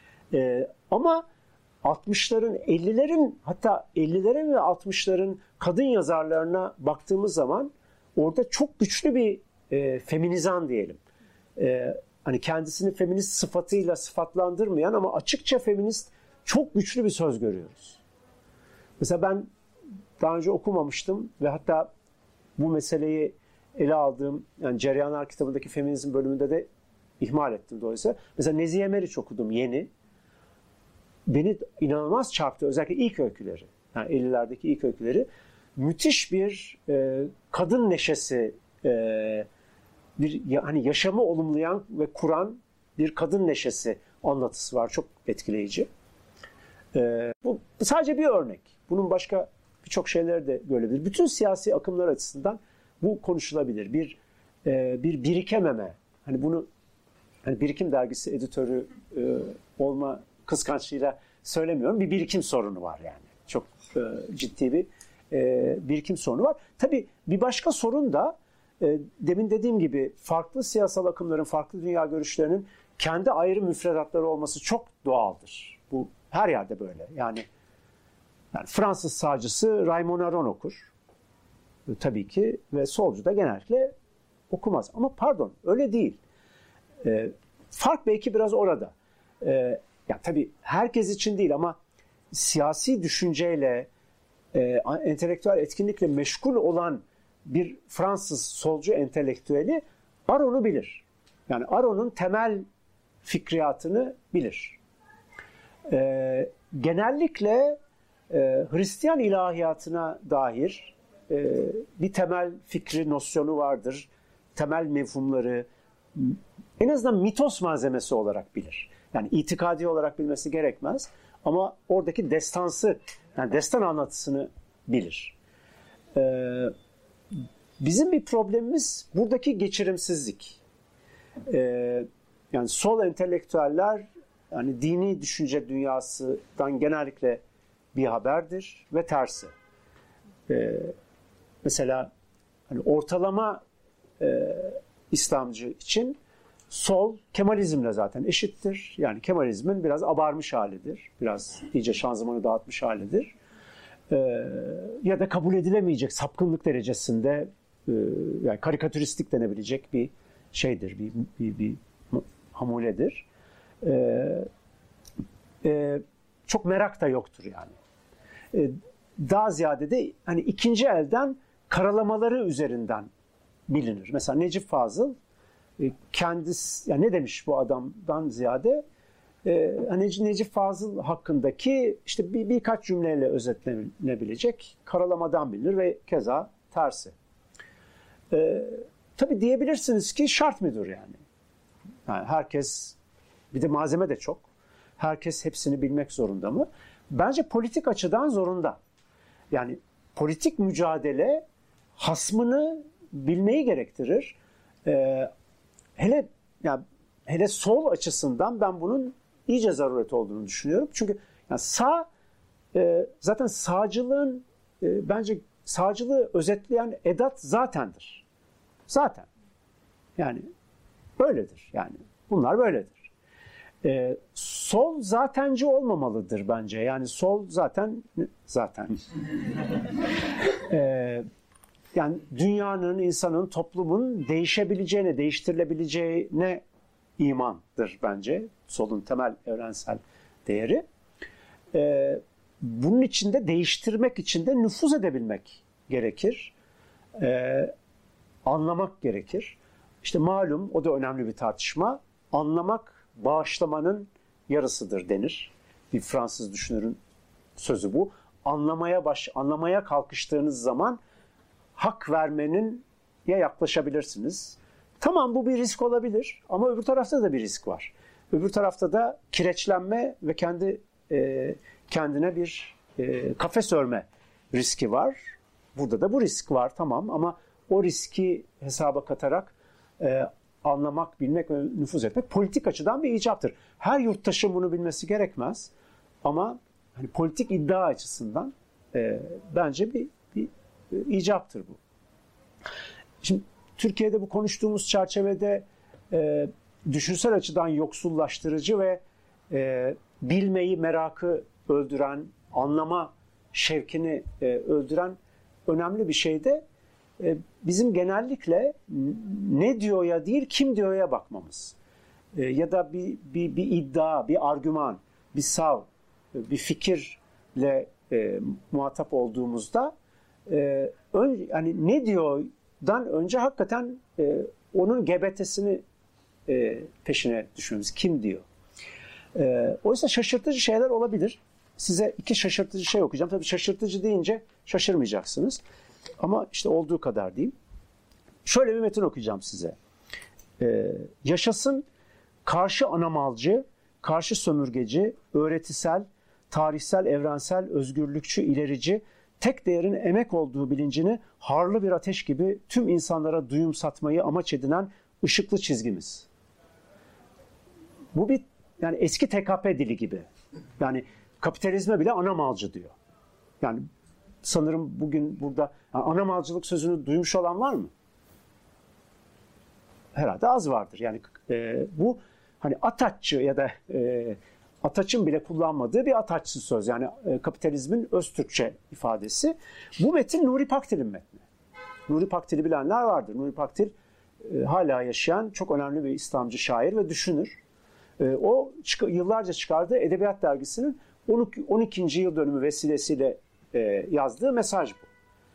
Ama 60'ların, 50'lerin, hatta 50'lerin ve 60'ların kadın yazarlarına baktığımız zaman orada çok güçlü bir feminizan diyelim. Hani kendisini feminist sıfatıyla sıfatlandırmayan ama açıkça feminist çok güçlü bir söz görüyoruz. Mesela ben daha önce okumamıştım ve hatta bu meseleyi ele aldığım, yani Ceryanlar kitabındaki feminizm bölümünde de ihmal ettim dolayısıyla. Mesela Nezihe Meriç okudum yeni. Beni inanılmaz çarptı. Özellikle ilk öyküleri. Yani 50'lerdeki ilk öyküleri. Müthiş bir kadın neşesi, hani yaşamı olumlayan ve kuran bir kadın neşesi anlatısı var. Çok etkileyici. Bu sadece bir örnek. Bunun başka birçok şeyleri de görebilir. Bütün siyasi akımlar açısından bu konuşulabilir. Bir birikememe. Hani bunu hani Birikim Dergisi editörü olma kıskançlığıyla söylemiyorum. Bir birikim sorunu var yani. Çok ciddi bir birikim sorunu var. Tabii bir başka sorun da demin dediğim gibi farklı siyasal akımların, farklı dünya görüşlerinin kendi ayrı müfredatları olması çok doğaldır. Bu her yerde böyle. Yani Fransız sağcısı Raymond Aron okur. Tabii ki ve solcu da genellikle okumaz. Ama pardon, öyle değil. Fark belki biraz orada. Ya tabii herkes için değil ama siyasi düşünceyle, entelektüel etkinlikle meşgul olan bir Fransız solcu entelektüeli Aron'u bilir. Yani Aron'un temel fikriyatını bilir. Genellikle Hristiyan ilahiyatına dair bir temel fikri, nosyonu vardır. Temel mefhumları en azından mitos malzemesi olarak bilir. Yani itikadi olarak bilmesi gerekmez. Ama oradaki destansı, yani destan anlatısını bilir. Bizim bir problemimiz buradaki geçirimsizlik. Yani sol entelektüeller yani dini düşünce dünyasından genellikle bir haberdir ve tersi. Mesela hani ortalama İslamcı için sol Kemalizmle zaten eşittir. Yani Kemalizmin biraz abarmış halidir. Biraz iyice şanzımanı dağıtmış halidir. Ya da kabul edilemeyecek sapkınlık derecesinde yani karikatüristik denebilecek bir şeydir, bir hamuledir. Çok merak da yoktur yani. Daha ziyade de hani ikinci elden karalamaları üzerinden bilinir. Mesela Necip Fazıl kendisi, yani ne demiş bu adamdan ziyade hani Necip Fazıl hakkındaki işte birkaç cümleyle özetlenebilecek karalamadan bilinir ve keza tersi. Tabii diyebilirsiniz ki şart mıdır yani? Yani herkes, bir de malzeme de çok. Herkes hepsini bilmek zorunda mı? Bence politik açıdan zorunda. Yani politik mücadele hasmını bilmeyi gerektirir. Hele sol açısından ben bunun iyice zaruret olduğunu düşünüyorum. Çünkü yani zaten sağcılığın bence sağcılığı özetleyen edat zatendir. Zaten. Yani böyledir. Yani bunlar böyledir. Sol zatenci olmamalıdır bence. Yani sol zaten. Yani dünyanın, insanın, toplumun değişebileceğine, değiştirilebileceğine imandır bence. Solun temel evrensel değeri. Bunun için de değiştirmek için de nüfuz edebilmek gerekir. Anlamak gerekir. İşte malum, o da önemli bir tartışma. Anlamak bağışlamanın yarısıdır denir. Bir Fransız düşünürün sözü bu. Anlamaya kalkıştığınız zaman hak vermenin ya yaklaşabilirsiniz. Tamam, bu bir risk olabilir ama öbür tarafta da bir risk var. Öbür tarafta da kireçlenme ve kendine bir kafes örme riski var. Burada da bu risk var, tamam, ama o riski hesaba katarak anlamak, bilmek ve nüfuz etmek politik açıdan bir icaptır. Her yurttaşın bunu bilmesi gerekmez ama hani politik iddia açısından bence bir icaptır bu. Şimdi Türkiye'de bu konuştuğumuz çerçevede düşünsel açıdan yoksullaştırıcı ve bilmeyi, merakı öldüren, anlama şevkini öldüren önemli bir şey de bizim genellikle ne diyor ya değil, kim diyor ya bakmamız. Ya da bir iddia, bir argüman, bir sav, bir fikirle muhatap olduğumuzda hani ne diyordan önce hakikaten onun gebetesini peşine düşmemiz. Kim diyor? Oysa şaşırtıcı şeyler olabilir. Size 2 şaşırtıcı şey okuyacağım. Tabii şaşırtıcı deyince şaşırmayacaksınız. Ama işte olduğu kadar diyeyim. Şöyle bir metin okuyacağım size. Yaşasın karşı anamalcı, karşı sömürgeci, öğretisel, tarihsel, evrensel, özgürlükçü, ilerici, tek değerin emek olduğu bilincini harlı bir ateş gibi tüm insanlara duyum satmayı amaç edinen ışıklı çizgimiz. Bu bir yani eski TKP dili gibi. Yani kapitalizme bile anamalcı diyor. Yani sanırım bugün burada yani anamalcılık sözünü duymuş olan var mı? Herhalde az vardır. Yani bu hani Ataççı ya da Ataç'ın bile kullanmadığı bir Ataççı söz. Yani kapitalizmin öz Türkçe ifadesi. Bu metin Nuri Pakdil'in metni. Nuri Pakdil'i bilenler vardır. Nuri Pakdil hala yaşayan çok önemli bir İslamcı şair ve düşünür. O yıllarca çıkardığı Edebiyat Dergisi'nin 12. yıl dönümü vesilesiyle yazdığı mesaj bu.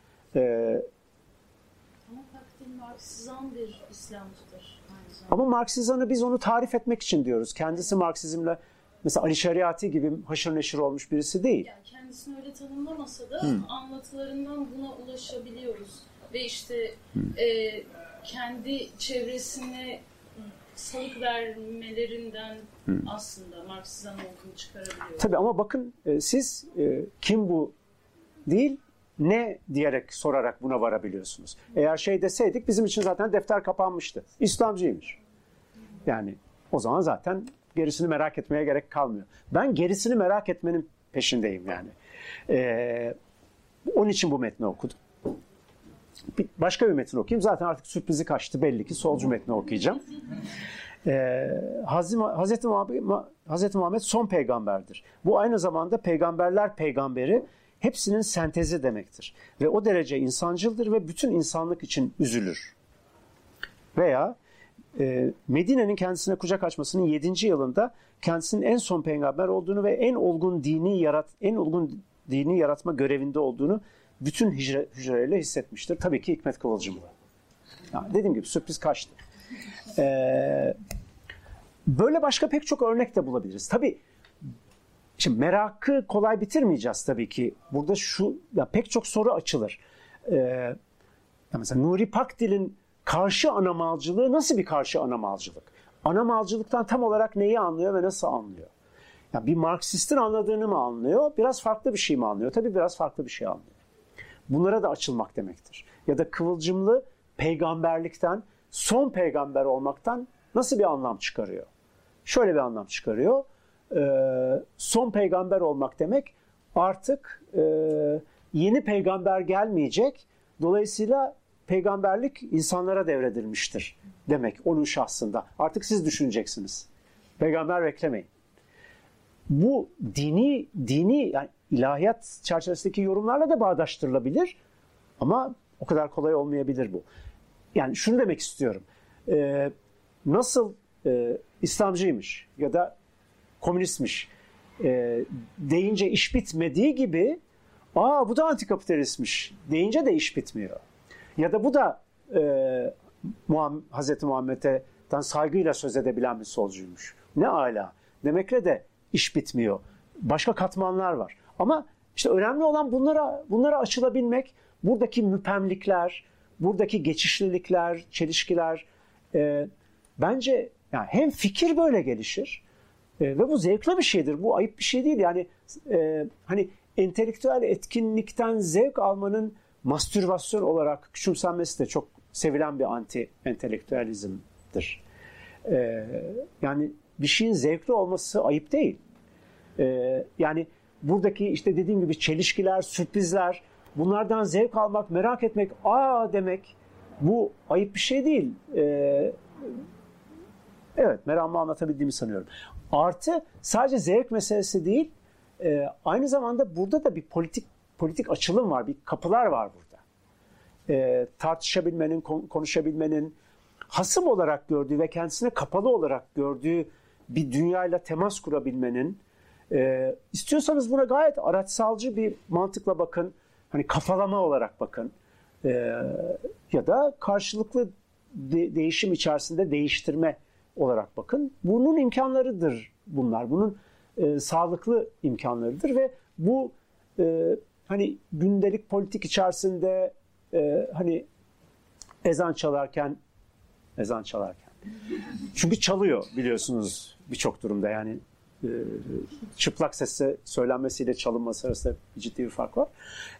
Ama Pakdil Marksizan bir İslamcıdır. Ama Marksizan'ı biz onu tarif etmek için diyoruz. Kendisi Marksizmle mesela Ali Şeriati gibi haşır neşir olmuş birisi değil. Yani kendisini öyle tanımlamasa da anlatılarından buna ulaşabiliyoruz. Ve işte kendi çevresine salık vermelerinden aslında Marksizan olduğunu çıkarabiliyoruz. Tabii ama bakın siz kim bu değil ne diyerek sorarak buna varabiliyorsunuz. Eğer şey deseydik bizim için zaten defter kapanmıştı. İslamcıymış. Yani o zaman zaten gerisini merak etmeye gerek kalmıyor. Ben gerisini merak etmenin peşindeyim yani. Onun için bu metni okudum. Başka bir metin okuyayım. Zaten artık sürprizi kaçtı belli ki. Solcu metni okuyacağım. Hazreti Muhammed son peygamberdir. Bu aynı zamanda peygamberler peygamberi hepsinin sentezi demektir. Ve o derece insancıldır ve bütün insanlık için üzülür. Veya Medine'nin kendisine kucak açmasının 7. yılında kendisinin en son peygamber olduğunu ve en olgun dini yaratma görevinde olduğunu bütün hücreleriyle hissetmiştir. Tabii ki Hikmet Kıvılcım'la. Yani dediğim gibi sürpriz kaçtı. Böyle başka pek çok örnek de bulabiliriz. Tabii şimdi merakı kolay bitirmeyeceğiz tabii ki. Burada pek çok soru açılır. Mesela Nuri Pakdil'in karşı anamalcılığı nasıl bir karşı anamalcılık? Anamalcılıktan tam olarak neyi anlıyor ve nasıl anlıyor? Yani bir Marksistin anladığını mı anlıyor? Biraz farklı bir şey mi anlıyor? Tabii biraz farklı bir şey anlıyor. Bunlara da açılmak demektir. Ya da Kıvılcımlı peygamberlikten, son peygamber olmaktan nasıl bir anlam çıkarıyor? Şöyle bir anlam çıkarıyor. Son peygamber olmak demek artık yeni peygamber gelmeyecek. Dolayısıyla peygamberlik insanlara devredilmiştir demek onun şahsında. Artık siz düşüneceksiniz. Peygamber beklemeyin. Bu dini yani ilahiyat çerçevesindeki yorumlarla da bağdaştırılabilir ama o kadar kolay olmayabilir bu. Yani şunu demek istiyorum. Nasıl İslamcıymış ya da komünistmiş deyince iş bitmediği gibi bu da antikapitalistmiş deyince de iş bitmiyor. Ya da bu da Hazreti Muhammed'den saygıyla söz edebilen bir solcuymuş. Ne âlâ. Demekle de iş bitmiyor. Başka katmanlar var. Ama işte önemli olan bunlara açılabilmek, buradaki müphemlikler, buradaki geçişlilikler, çelişkiler bence yani hem fikir böyle gelişir ve bu zevkli bir şeydir. Bu ayıp bir şey değil. Yani hani entelektüel etkinlikten zevk almanın mastürbasyon olarak küçümsenmesi de çok sevilen bir anti-entelektüelizmdir. Yani bir şeyin zevkli olması ayıp değil. Yani buradaki işte dediğim gibi çelişkiler, sürprizler, bunlardan zevk almak, merak etmek, demek bu ayıp bir şey değil. Evet, meramı anlatabildiğimi sanıyorum. Artı sadece zevk meselesi değil, aynı zamanda burada da bir politik açılım var, bir kapılar var burada. Tartışabilmenin, konuşabilmenin, hasım olarak gördüğü ve kendisine kapalı olarak gördüğü bir dünyayla temas kurabilmenin, istiyorsanız buna gayet araçsalcı bir mantıkla bakın, hani kafalama olarak bakın, ya da karşılıklı değişim içerisinde değiştirme olarak bakın. Bunun imkanlarıdır bunlar. Bunun sağlıklı imkanlarıdır ve bu hani gündelik politik içerisinde hani ezan çalarken çünkü çalıyor biliyorsunuz birçok durumda yani çıplak sesle söylenmesiyle çalınması arasında ciddi bir fark var.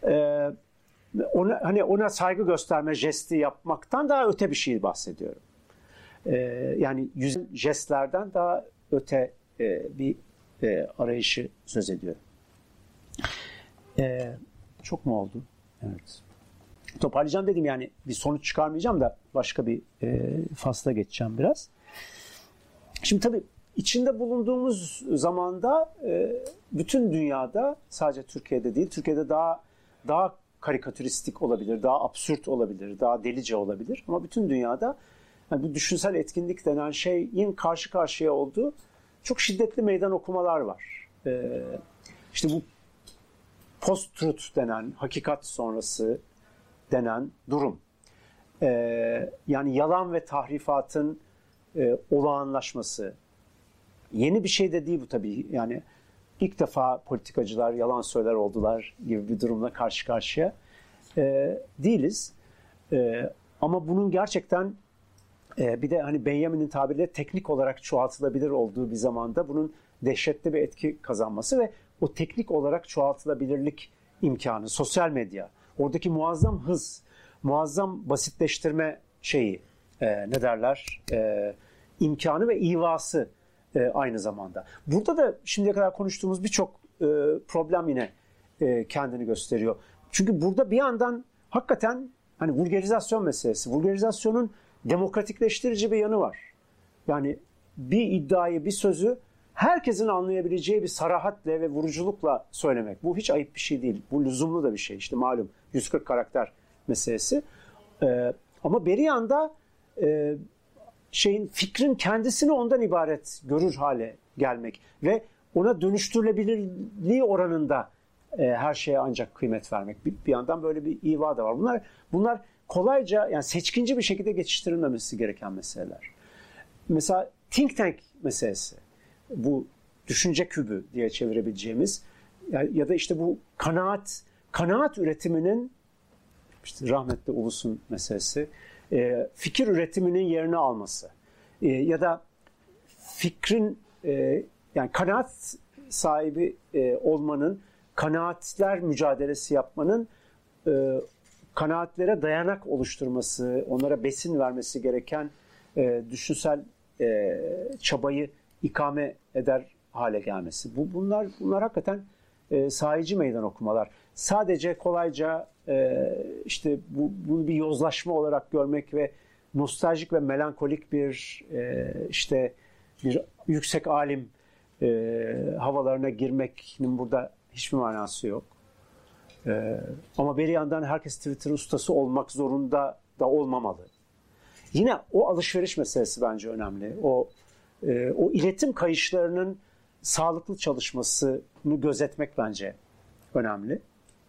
Ona saygı gösterme jesti yapmaktan daha öte bir şey bahsediyorum. Yani jestlerden daha öte bir arayışı söz ediyorum. Çok mu oldu? Evet. Toparlayacağım dedim yani bir sonuç çıkarmayacağım da başka bir fasla geçeceğim biraz. Şimdi tabii içinde bulunduğumuz zamanda bütün dünyada sadece Türkiye'de değil, Türkiye'de daha karikatüristik olabilir, daha absürt olabilir, daha delice olabilir. Ama bütün dünyada yani bu düşünsel etkinlik denen şeyin karşı karşıya olduğu çok şiddetli meydan okumalar var. İşte bu post-truth denen, hakikat sonrası denen durum. Yani yalan ve tahrifatın olağanlaşması. Yeni bir şey de değil bu tabii. Yani ilk defa politikacılar yalan söyler oldular gibi bir durumla karşı karşıya değiliz. Ama bunun gerçekten bir de hani Benjamin'in tabiriyle teknik olarak çoğaltılabilir olduğu bir zamanda bunun dehşetli bir etki kazanması ve o teknik olarak çoğaltılabilirlik imkanı, sosyal medya, oradaki muazzam hız, muazzam basitleştirme şeyi, ne derler, imkanı ve ivası aynı zamanda. Burada da şimdiye kadar konuştuğumuz birçok problem yine kendini gösteriyor. Çünkü burada bir yandan hakikaten hani vulgarizasyon meselesi, vulgarizasyonun demokratikleştirici bir yanı var. Yani bir iddiayı, bir sözü herkesin anlayabileceği bir sarahatle ve vuruculukla söylemek. Bu hiç ayıp bir şey değil. Bu lüzumlu da bir şey. İşte malum 140 karakter meselesi. Ama bir yanda fikrin kendisini ondan ibaret görür hale gelmek ve ona dönüştürülebilirliği oranında her şeye ancak kıymet vermek. Bir yandan böyle bir iva da var. Bunlar kolayca yani seçkinci bir şekilde geçiştirilmemesi gereken meseleler. Mesela think tank meselesi. Bu düşünce kübü diye çevirebileceğimiz ya da işte bu kanaat üretiminin işte rahmetli Ulus'un meselesi fikir üretiminin yerini alması ya da fikrin yani kanaat sahibi olmanın, kanaatler mücadelesi yapmanın kanaatlere dayanak oluşturması, onlara besin vermesi gereken düşünsel çabayı ikame eder hale gelmesi. Bunlar hakikaten sahici meydan okumalar. Sadece kolayca işte bunu bir yozlaşma olarak görmek ve nostaljik ve melankolik bir işte bir yüksek alim havalarına girmenin burada hiçbir manası yok. Ama bir yandan herkes Twitter ustası olmak zorunda da olmamalı. Yine o alışveriş meselesi bence önemli. O iletim kayışlarının sağlıklı çalışmasını gözetmek bence önemli.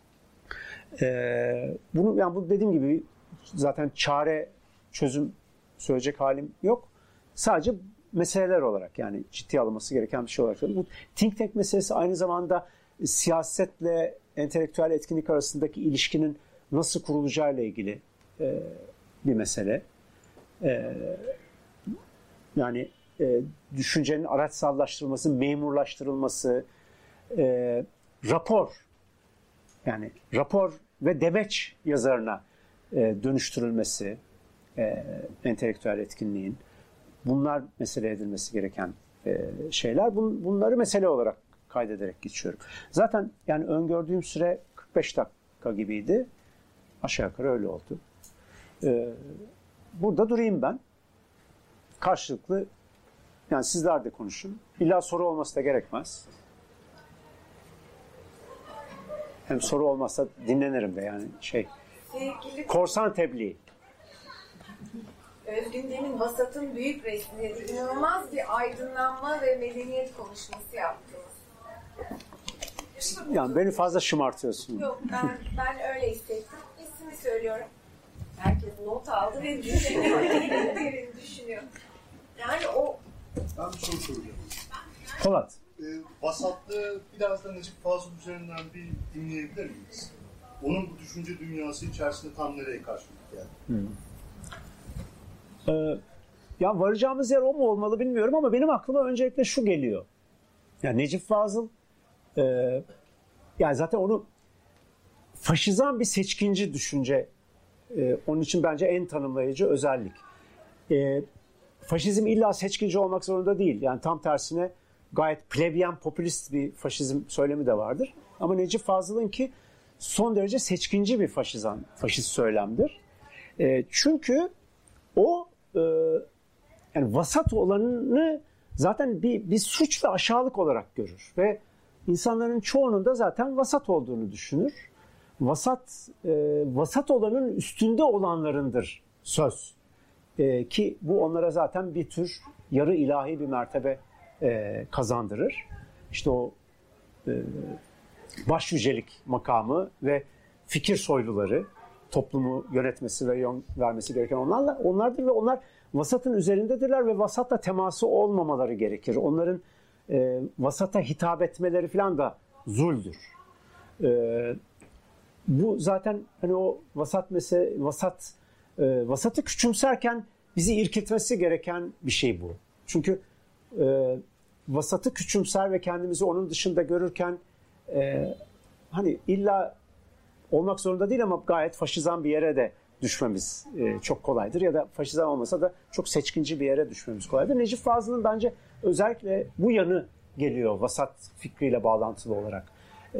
Bu dediğim gibi zaten çözüm söyleyecek halim yok. Sadece meseleler olarak yani ciddiye alınması gereken bir şey olarak. Bu think tank meselesi aynı zamanda siyasetle entelektüel etkinlik arasındaki ilişkinin nasıl kurulacağıyla ilgili bir mesele. Yani düşüncenin araçsallaştırılması, memurlaştırılması, rapor ve demeç yazarına dönüştürülmesi entelektüel etkinliğin. Bunlar mesele edilmesi gereken şeyler. Bunları mesele olarak kaydederek geçiyorum. Zaten yani öngördüğüm süre 45 dakika gibiydi. Aşağı yukarı öyle oldu. Burada durayım ben. Karşılıklı yani sizler de konuşun. İlla soru olması da gerekmez. Hem soru olmazsa dinlenirim de yani Sevgili korsan tebliğ. Özgün demin Vasat'ın büyük resminde inanılmaz bir aydınlanma ve medeniyet konuşması yaptınız. Yani beni fazla şımartıyorsun. Yok ben öyle hissettim. İsmini söylüyorum. Herkes not aldı ve düşünüyor. Derin düşünüyor. Yani o... Ben bir soru soracağım. Polat. Vasat'ı biraz da Necip Fazıl üzerinden bir dinleyebilir miyiz? onun bu düşünce dünyası içerisinde tam nereye karşılık geldi? Ya varacağımız yer o mu olmalı bilmiyorum ama benim aklıma öncelikle şu geliyor. Yani Necip Fazıl yani zaten onu faşizan bir seçkinci düşünce, onun için bence en tanımlayıcı özellik. Faşizm illa seçkinci olmak zorunda değil. Yani tam tersine gayet plebyen, popülist bir faşizm söylemi de vardır. Ama Necip Fazıl'ınki son derece seçkinci bir faşist söylemdir. Çünkü o yani vasat olanını zaten bir suç ve aşağılık olarak görür ve insanların çoğunun da zaten vasat olduğunu düşünür. Vasat olanın üstünde olanlarındır söz. Ki bu onlara zaten bir tür yarı ilahi bir mertebe kazandırır. İşte o başyücelik makamı ve fikir soyluları, toplumu yönetmesi ve yön vermesi gereken onlardır ve onlar vasatın üzerindedirler ve vasatla teması olmamaları gerekir. Onların vasata hitap etmeleri falan da zuldür. Bu zaten hani o vasatı küçümserken bizi irkiltmesi gereken bir şey bu. Çünkü vasatı küçümser ve kendimizi onun dışında görürken hani illa olmak zorunda değil ama gayet faşizan bir yere de düşmemiz çok kolaydır. Ya da faşizan olmasa da çok seçkinci bir yere düşmemiz kolaydır. Necip Fazıl'ın bence özellikle bu yanı geliyor vasat fikriyle bağlantılı olarak.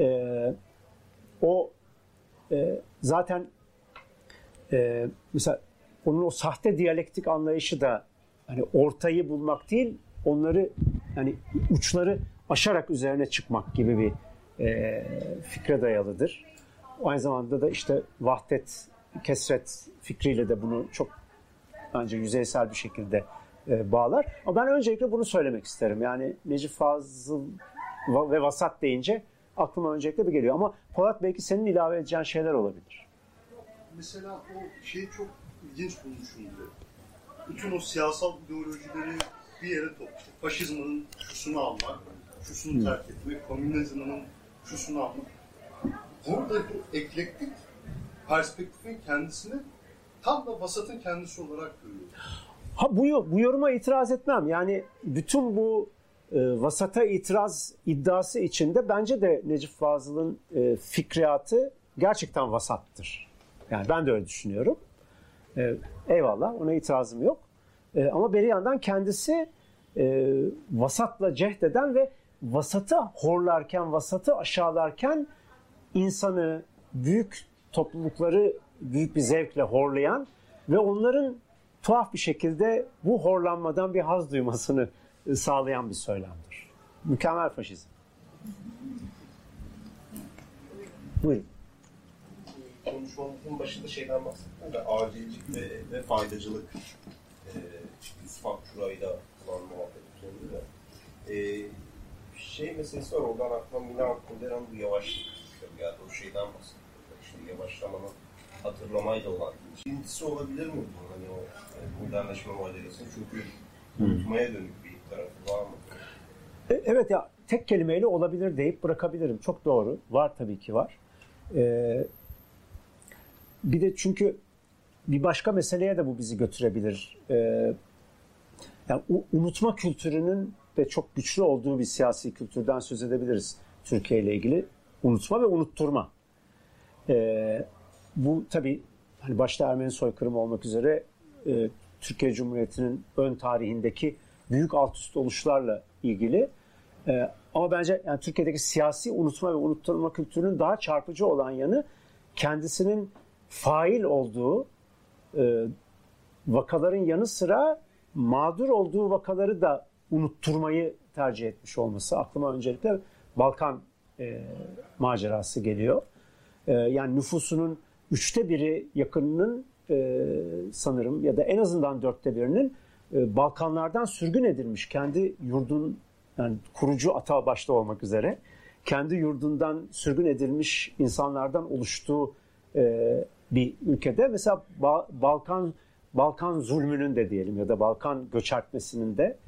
Zaten mesela onun o sahte diyalektik anlayışı da hani ortayı bulmak değil, onları yani uçları aşarak üzerine çıkmak gibi bir fikre dayalıdır. Aynı zamanda da işte vahdet, kesret fikriyle de bunu çok bence yüzeysel bir şekilde bağlar. Ama ben öncelikle bunu söylemek isterim. Yani Necip Fazıl ve vasat deyince aklıma öncelikle bir geliyor. Ama Polat belki senin ilave edeceğin şeyler olabilir. Mesela o şeyi çok ilginç bulmuşumdur. Bütün o siyasal ideolojileri bir yere topluyor. Faşizmanın şusunu almak, şusunu terk etmek, komünizmin şusunu almak. Burada bu eklektik perspektifin kendisini tam da vasatın kendisi olarak görüyor. Bu yoruma itiraz etmem. Yani bütün bu vasata itiraz iddiası içinde bence de Necip Fazıl'ın fikriyatı gerçekten vasattır. Yani ben de öyle düşünüyorum. Eyvallah, ona itirazım yok. Ama bir yandan kendisi vasatla cehdeden ve vasatı horlarken, vasatı aşağılarken insanı, büyük toplulukları büyük bir zevkle horlayan ve onların tuhaf bir şekilde bu horlanmadan bir haz duymasını sağlayan bir söylemdir. Mükemmel faşizm. Buyurun. Konuşmamızın başında şeyden bahsettim de acilcilik ve faydacılık ispat şurayla olan muhabbet üzerinde de şey meselesi var. Oradan aklıma Milan Kundera'nın bu yavaşlık yani o şeyden bahsediyor. İşte yavaşlamanın hatırlamayla olan birincisi olabilir mi bu? Hani o modernleşme muhalefetinin çünkü unutmaya dönük bir tarafı var mı? Evet ya tek kelimeyle olabilir deyip bırakabilirim. Çok doğru. Var tabii ki var. Bir de çünkü bir başka meseleye de bu bizi götürebilir. Yani unutma kültürünün de çok güçlü olduğu bir siyasi kültürden söz edebiliriz Türkiye ile ilgili. Unutma ve unutturma. Bu tabii hani başta Ermeni soykırımı olmak üzere Türkiye Cumhuriyeti'nin ön tarihindeki büyük alt üst oluşlarla ilgili. Ama bence yani Türkiye'deki siyasi unutma ve unutturma kültürünün daha çarpıcı olan yanı kendisinin fail olduğu vakaların yanı sıra mağdur olduğu vakaları da unutturmayı tercih etmiş olması. Aklıma öncelikle Balkan macerası geliyor. Yani nüfusunun 1/3 yakınının sanırım ya da en azından 1/4'inin Balkanlardan sürgün edilmiş. Kendi yurdun yani kurucu ata başta olmak üzere kendi yurdundan sürgün edilmiş insanlardan oluştuğu bir ülkede mesela Balkan zulmünün de diyelim ya da Balkan göçertmesinin de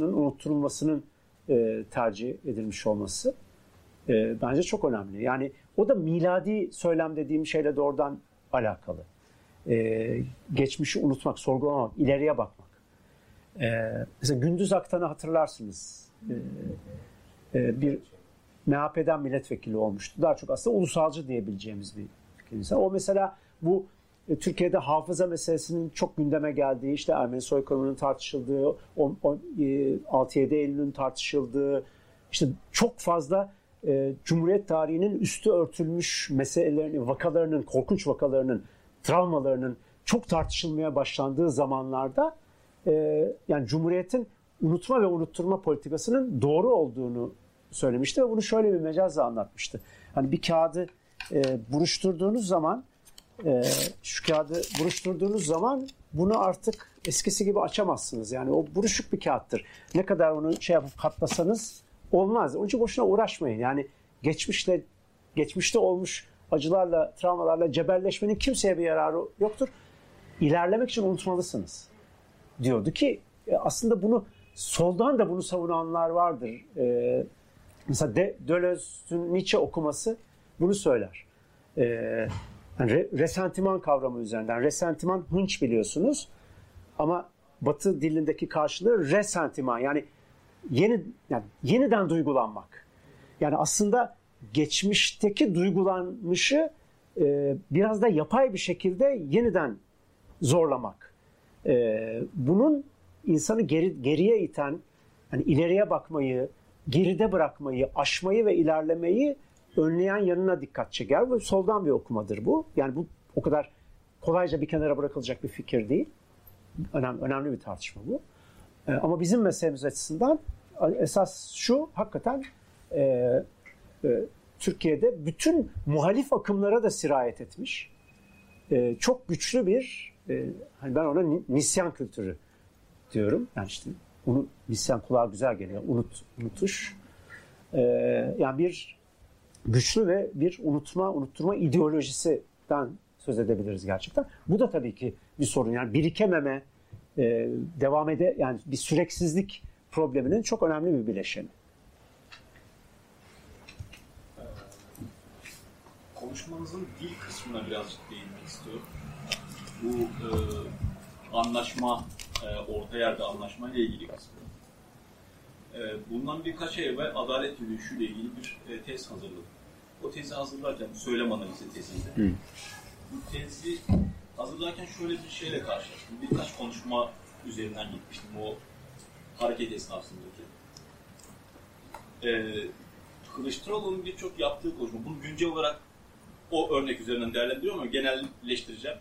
unutturulmasının tercih edilmiş olması bence çok önemli. Yani o da miladi söylem dediğim şeyle doğrudan alakalı. Geçmişi unutmak, sorgulamamak, ileriye bakmak. Mesela Gündüz Aktan'ı hatırlarsınız. Bir MHP'den milletvekili olmuştu. Daha çok aslında ulusalcı diyebileceğimiz bir insan. O mesela bu Türkiye'de hafıza meselesinin çok gündeme geldiği, işte Ermeni soykırımının tartışıldığı, 6-7 Eylül'ün tartışıldığı, işte çok fazla Cumhuriyet tarihinin üstü örtülmüş meselelerini, vakalarının, korkunç vakalarının, travmalarının çok tartışılmaya başlandığı zamanlarda yani Cumhuriyet'in unutma ve unutturma politikasının doğru olduğunu söylemişti ve bunu şöyle bir mecazla anlatmıştı. Hani bir kağıdı buruşturduğunuz zaman bunu artık eskisi gibi açamazsınız. Yani o buruşuk bir kağıttır. Ne kadar onu yapıp katlasanız olmaz. Onun için boşuna uğraşmayın. Yani geçmişte olmuş acılarla, travmalarla cebelleşmenin kimseye bir yararı yoktur. İlerlemek için unutmalısınız diyordu ki aslında bunu soldan da bunu savunanlar vardır. Mesela Deleuze'ün Nietzsche okuması bunu söyler. Yani resentiman kavramı üzerinden. Resentiman hınç biliyorsunuz ama Batı dilindeki karşılığı resentiman, yani yeniden duygulanmak. Yani aslında geçmişteki duygulanmışı biraz da yapay bir şekilde yeniden zorlamak. Bunun insanı geriye iten, yani ileriye bakmayı, geride bırakmayı, aşmayı ve ilerlemeyi önleyen yanına dikkat çeker. Bu soldan bir okumadır bu. Yani bu o kadar kolayca bir kenara bırakılacak bir fikir değil. Önemli bir tartışma bu. Ama bizim meselemiz açısından esas şu, hakikaten Türkiye'de bütün muhalif akımlara da sirayet etmiş. Çok güçlü bir, hani ben ona nisyan kültürü diyorum. Yani işte nisyan kulağa güzel geliyor. Unutuş. Yani bir güçlü ve bir unutturma ideolojisinden söz edebiliriz gerçekten. Bu da tabii ki bir sorun. Yani birikememe, yani bir süreksizlik probleminin çok önemli bir bileşeni. Konuşmanızın dil kısmına birazcık değinmek istiyorum. Bu anlaşma, orta yerde anlaşma ile ilgili kısmı. Bundan birkaç ay evvel adalet yürüyüşüyle ilgili bir tez hazırladım. O tezi hazırlarken, söylem analizi teziydi. Bu tezi hazırlarken şöyle bir şeyle karşılaştım. Birkaç konuşma üzerinden gitmiştim o hareket esnasındaki. Kılıçdaroğlu'nun birçok yaptığı konuşma, bunu güncel olarak o örnek üzerinden değerlendiriyorum ama genelleştireceğim.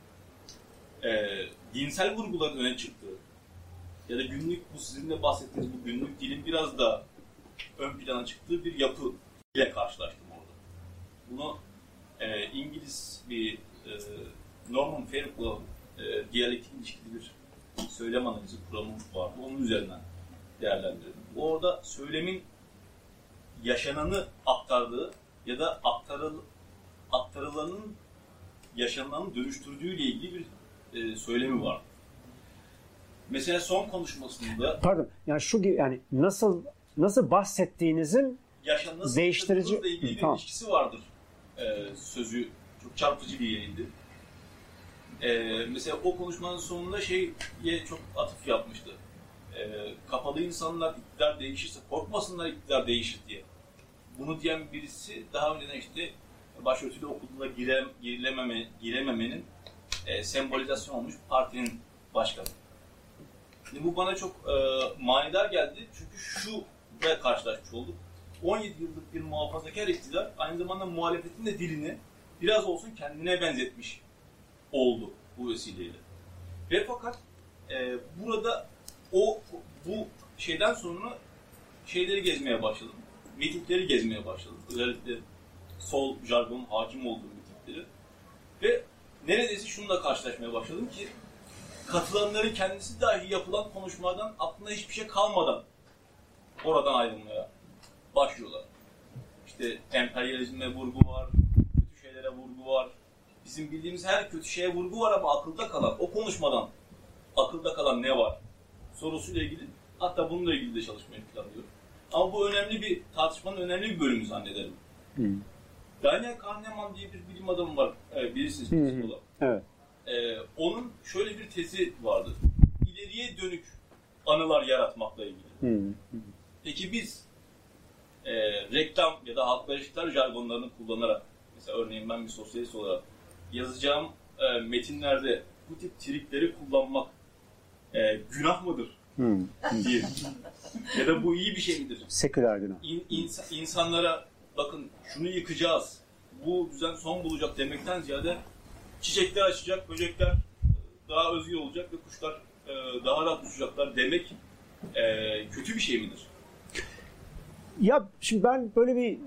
Dinsel vurguların öne çıktığı ya da günlük, bu sizin de bahsettiğiniz bu günlük dilin biraz da ön plana çıktığı bir yapı ile karşılaştım orada. Bunu İngiliz bir Norman Fairclough diyalektik ilişkili bir söylem analizi kuramı vardı. Onun üzerinden değerlendirdim. Orada söylemin yaşananı aktardığı ya da aktarılanın yaşananı dönüştürdüğü ile ilgili bir söylemi vardı. Mesela son konuşmasında... Pardon, yani şu gibi, yani nasıl bahsettiğinizin değiştirici... ilgili bir ilişkisi vardır. Sözü çok çarpıcı bir yeriydi. Mesela o konuşmanın sonunda şeye çok atıf yapmıştı. Kapalı insanlar iktidar değişirse korkmasınlar iktidar değişir diye. Bunu diyen birisi daha önceden işte başörtülü okulda girememenin sembolizasyon olmuş partinin başkanı. Şimdi bu bana çok manidar geldi çünkü şuraya karşılaşmış olduk. 17 yıllık bir muhafazakar iktidar aynı zamanda muhalefetin de dilini biraz olsun kendine benzetmiş oldu bu vesileyle. Ve fakat burada bu şeyden sonra şeyleri gezmeye başladım. Mitingleri gezmeye başladım. Özellikle sol jargonun hakim olduğu mitingleri. Ve neredeyse şununla karşılaşmaya başladım ki katılanların kendisi dahi yapılan konuşmadan aklına hiçbir şey kalmadan oradan ayrılmaya başlıyorlar. İşte emperyalizme vurgu var, kötü şeylere vurgu var. Bizim bildiğimiz her kötü şeye vurgu var ama akılda kalan, o konuşmadan akılda kalan ne var sorusuyla ilgili, hatta bununla ilgili de çalışmayı planlıyorum. Ama bu önemli bir tartışmanın önemli bir bölümü zannederim. Daniel Kahneman diye bir bilim adamı var. Bilirsiniz. Evet. Onun şöyle bir tezi vardı. İleriye dönük anılar yaratmakla ilgili. Peki biz reklam ya da halkla ilişkiler jargonlarını kullanarak, mesela örneğin ben bir sosyalist olarak yazacağım metinlerde bu tip trikleri kullanmak günah mıdır? Diye. Ya da bu iyi bir şey midir? Seküler günah. İnsanlara bakın şunu yıkacağız, bu düzen son bulacak demekten ziyade çiçekler açacak, böcekler daha özgür olacak ve kuşlar daha rahat uçacaklar demek kötü bir şey midir? Ya şimdi ben böyle bir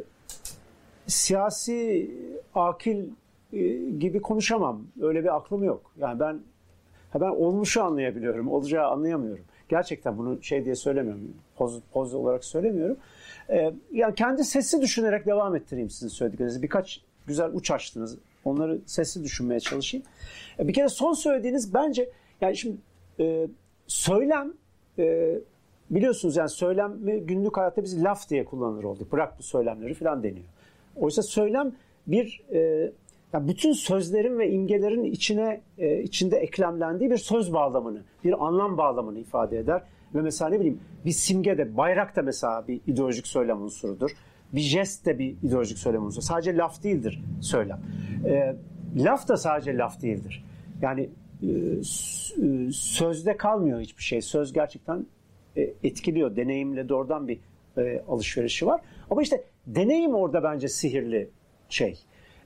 siyasi akil gibi konuşamam. Öyle bir aklım yok. Yani ben olmuşu anlayabiliyorum, olacağı anlayamıyorum. Gerçekten bunu şey diye söylemiyorum, poz olarak söylemiyorum. Yani kendi sesli düşünerek devam ettireyim sizin söylediklerinizi. Birkaç güzel uç açtınız. Onları sesli düşünmeye çalışayım. Bir kere son söylediğiniz bence, yani şimdi söylem, biliyorsunuz yani söylemi günlük hayatta biz laf diye kullanır olduk. Bırak bu söylemleri falan deniyor. Oysa söylem bir yani bütün sözlerin ve imgelerin içinde eklemlendiği bir söz bağlamını, bir anlam bağlamını ifade eder. Ve mesela ne bileyim bir simge de, bayrak da mesela bir ideolojik söylem unsurudur. Bir jest de bir ideolojik söylem unsurudur. Sadece laf değildir söylem. Laf da sadece laf değildir. Yani sözde kalmıyor hiçbir şey. Söz gerçekten etkiliyor. Deneyimle doğrudan bir alışverişi var. Ama işte deneyim orada bence sihirli şey.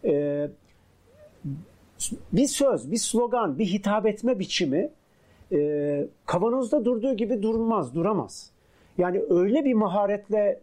Bir söz, bir slogan, bir hitap etme biçimi kavanozda durduğu gibi duramaz. Yani öyle bir maharetle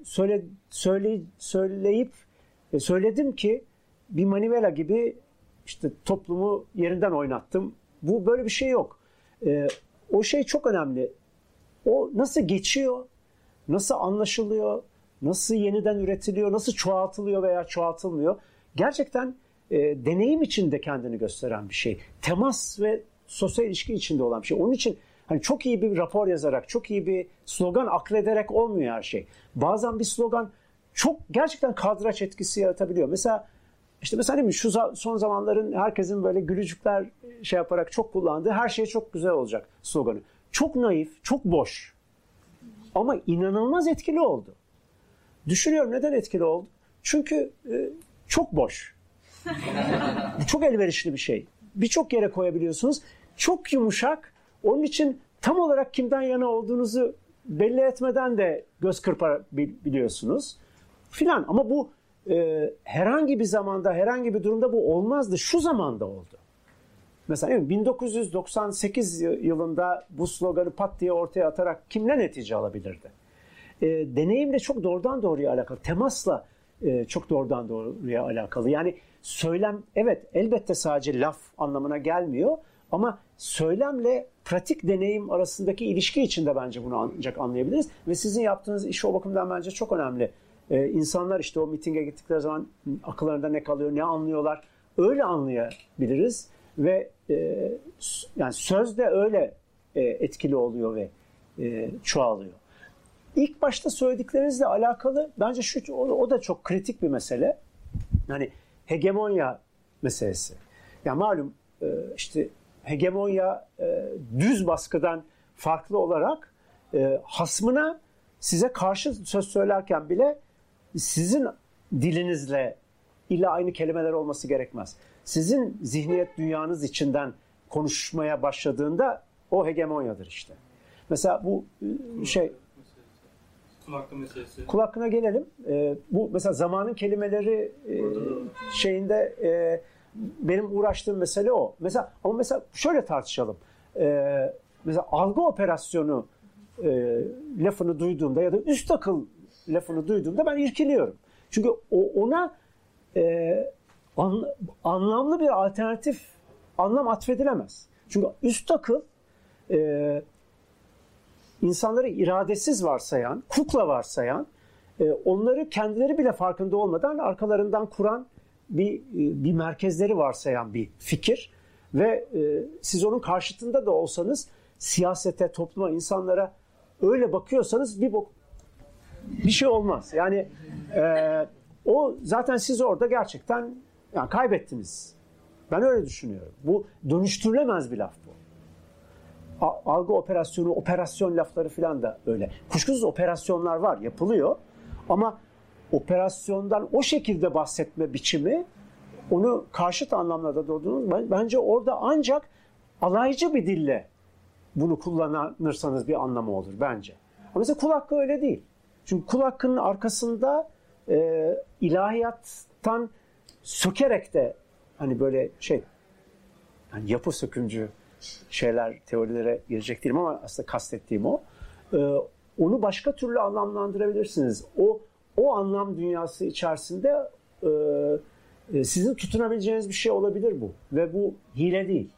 söyledim ki bir manivela gibi işte toplumu yerinden oynattım. Bu böyle bir şey yok. O şey çok önemli. O nasıl geçiyor, nasıl anlaşılıyor, nasıl yeniden üretiliyor, nasıl çoğaltılıyor veya çoğaltılmıyor. Gerçekten deneyim içinde kendini gösteren bir şey. Temas ve sosyal ilişki içinde olan bir şey. Onun için hani çok iyi bir rapor yazarak, çok iyi bir slogan aklederek olmuyor her şey. Bazen bir slogan çok gerçekten kaldıraç etkisi yaratabiliyor. Mesela değil mi, şu son zamanların herkesin böyle gülücükler şey yaparak çok kullandığı her şey çok güzel olacak sloganı. Çok naif, çok boş. Ama inanılmaz etkili oldu. Düşünüyorum neden etkili oldu? Çünkü çok boş. Çok elverişli bir şey. Birçok yere koyabiliyorsunuz. Çok yumuşak. Onun için tam olarak kimden yana olduğunuzu belli etmeden de göz kırpabiliyorsunuz. Filan. Ama bu herhangi bir zamanda, herhangi bir durumda bu olmazdı. Şu zamanda oldu. Mesela 1998 yılında bu sloganı pat diye ortaya atarak kimle netice alabilirdi? Deneyimle çok doğrudan doğruya alakalı. Temasla çok doğrudan doğruya alakalı. Yani söylem evet elbette sadece laf anlamına gelmiyor ama söylemle pratik deneyim arasındaki ilişki içinde bence bunu ancak anlayabiliriz. Ve sizin yaptığınız iş o bakımdan bence çok önemli. İnsanlar işte o mitinge gittikleri zaman akıllarında ne kalıyor, ne anlıyorlar öyle anlayabiliriz. Ve yani söz de öyle etkili oluyor ve çoğalıyor. İlk başta söylediklerinizle alakalı bence o da çok kritik bir mesele. Yani hegemonya meselesi. Yani malum işte hegemonya düz baskıdan farklı olarak hasmına size karşı söz söylerken bile sizin dilinizle illa aynı kelimeler olması gerekmez. Sizin zihniyet dünyanız içinden konuşmaya başladığında o hegemonyadır işte. Mesela bu şey kul hakkı meselesi. Kul hakkına gelelim. Bu mesela zamanın kelimeleri şeyinde benim uğraştığım mesele o. Ama mesela şöyle tartışalım. Mesela algı operasyonu lafını duyduğumda ya da üst akıl lafını duyduğumda ben irkiliyorum. Çünkü ona anlamlı bir alternatif anlam atfedilemez. Çünkü üst akıl insanları iradesiz varsayan, kukla varsayan, onları kendileri bile farkında olmadan arkalarından kuran bir merkezleri varsayan bir fikir ve siz onun karşıtında da olsanız siyasete, topluma, insanlara öyle bakıyorsanız bir şey olmaz. Yani o zaten siz orada gerçekten yani kaybettiniz. Ben öyle düşünüyorum. Bu dönüştürülemez bir laf bu. Algı operasyonu, operasyon lafları falan da öyle. Kuşkusuz operasyonlar var, yapılıyor. Ama operasyondan o şekilde bahsetme biçimi, onu karşıt anlamda doğduğunuz, bence orada ancak alaycı bir dille bunu kullanırsanız bir anlamı olur bence. Ama mesela kul hakkı öyle değil. Çünkü kul hakkının arkasında ilahiyattan sökerek de hani böyle yani yapı sökümcü şeyler, teorilere girecek değilim ama aslında kastettiğim o. Onu başka türlü anlamlandırabilirsiniz. O anlam dünyası içerisinde sizin tutunabileceğiniz bir şey olabilir bu. Ve bu hile değil.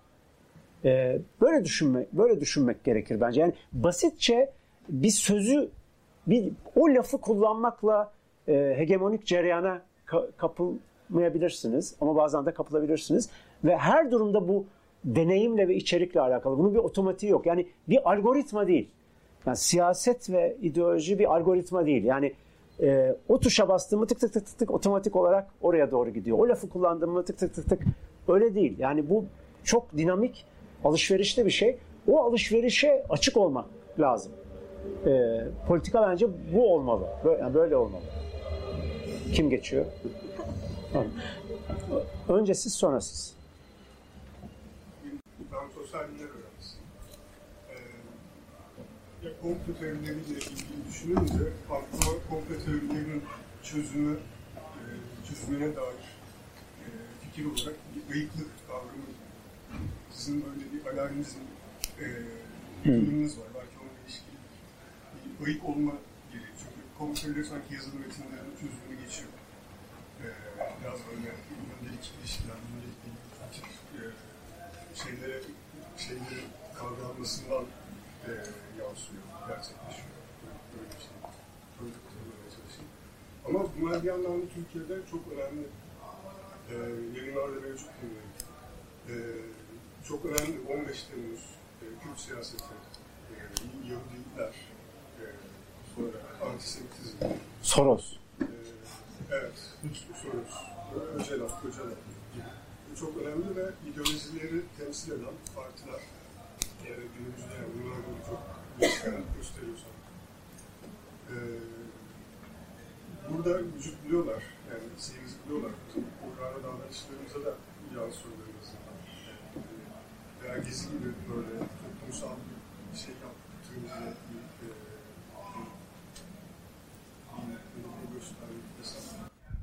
Böyle düşünmek gerekir bence. Yani basitçe bir sözü, o lafı kullanmakla hegemonik cereyana kapılmayabilirsiniz. Ama bazen de kapılabilirsiniz. Ve her durumda bu deneyimle ve içerikle alakalı. Bunun bir otomatiği yok. Yani bir algoritma değil. Yani siyaset ve ideoloji bir algoritma değil. Yani o tuşa bastığımı tık tık tık tık tık otomatik olarak oraya doğru gidiyor. O lafı kullandığımı tık tık tık tık öyle değil. Yani bu çok dinamik, alışverişli bir şey. O alışverişe açık olmak lazım. Politika bence bu olmalı. Yani böyle olmalı. Kim geçiyor? Önce siz, sonra siz. Ben sosyal bilimler öğrencisiyim. Komplo teorileriyle ilgili düşününce aklıma komplo teorilerinin çözümüne dair fikir olarak bir ayıklık kavramı. Sizin böyle bir alarmizm durumunuz var. Belki onunla ilişkili bir ayık olma gereği. Çünkü komplo teorileri sanki yazılı metinlerin çözümünü geçiyor. Biraz böyle gündelik ilişkiler, gündelik şeyleri kavranmasından yansıyor, gerçekleşiyor. Böyle bir şey. Böyle kurtarmaya çalışayım. Ama bunlar bir anlamda Türkiye'de çok önemli yayınlarda mevcut bulunuyor. Çok önemli 15 Temmuz, Kürt siyaseti, Yahudiler, sonra antisemitizm. Soros. Evet, Soros, Öcalan gibi. Bu çok önemli ve ideolojileri temsil eden partiler günümüzde bunlarla çok büyük gösteriyorsa. Burada vücut buluyorlar, yani seyimizi buluyorlar. Kur'an'a davranışlarımıza da yansıyorlar en azından. Veya Gezi gibi böyle toplumsal bir şey yaptığımızda bir göstermek mesela.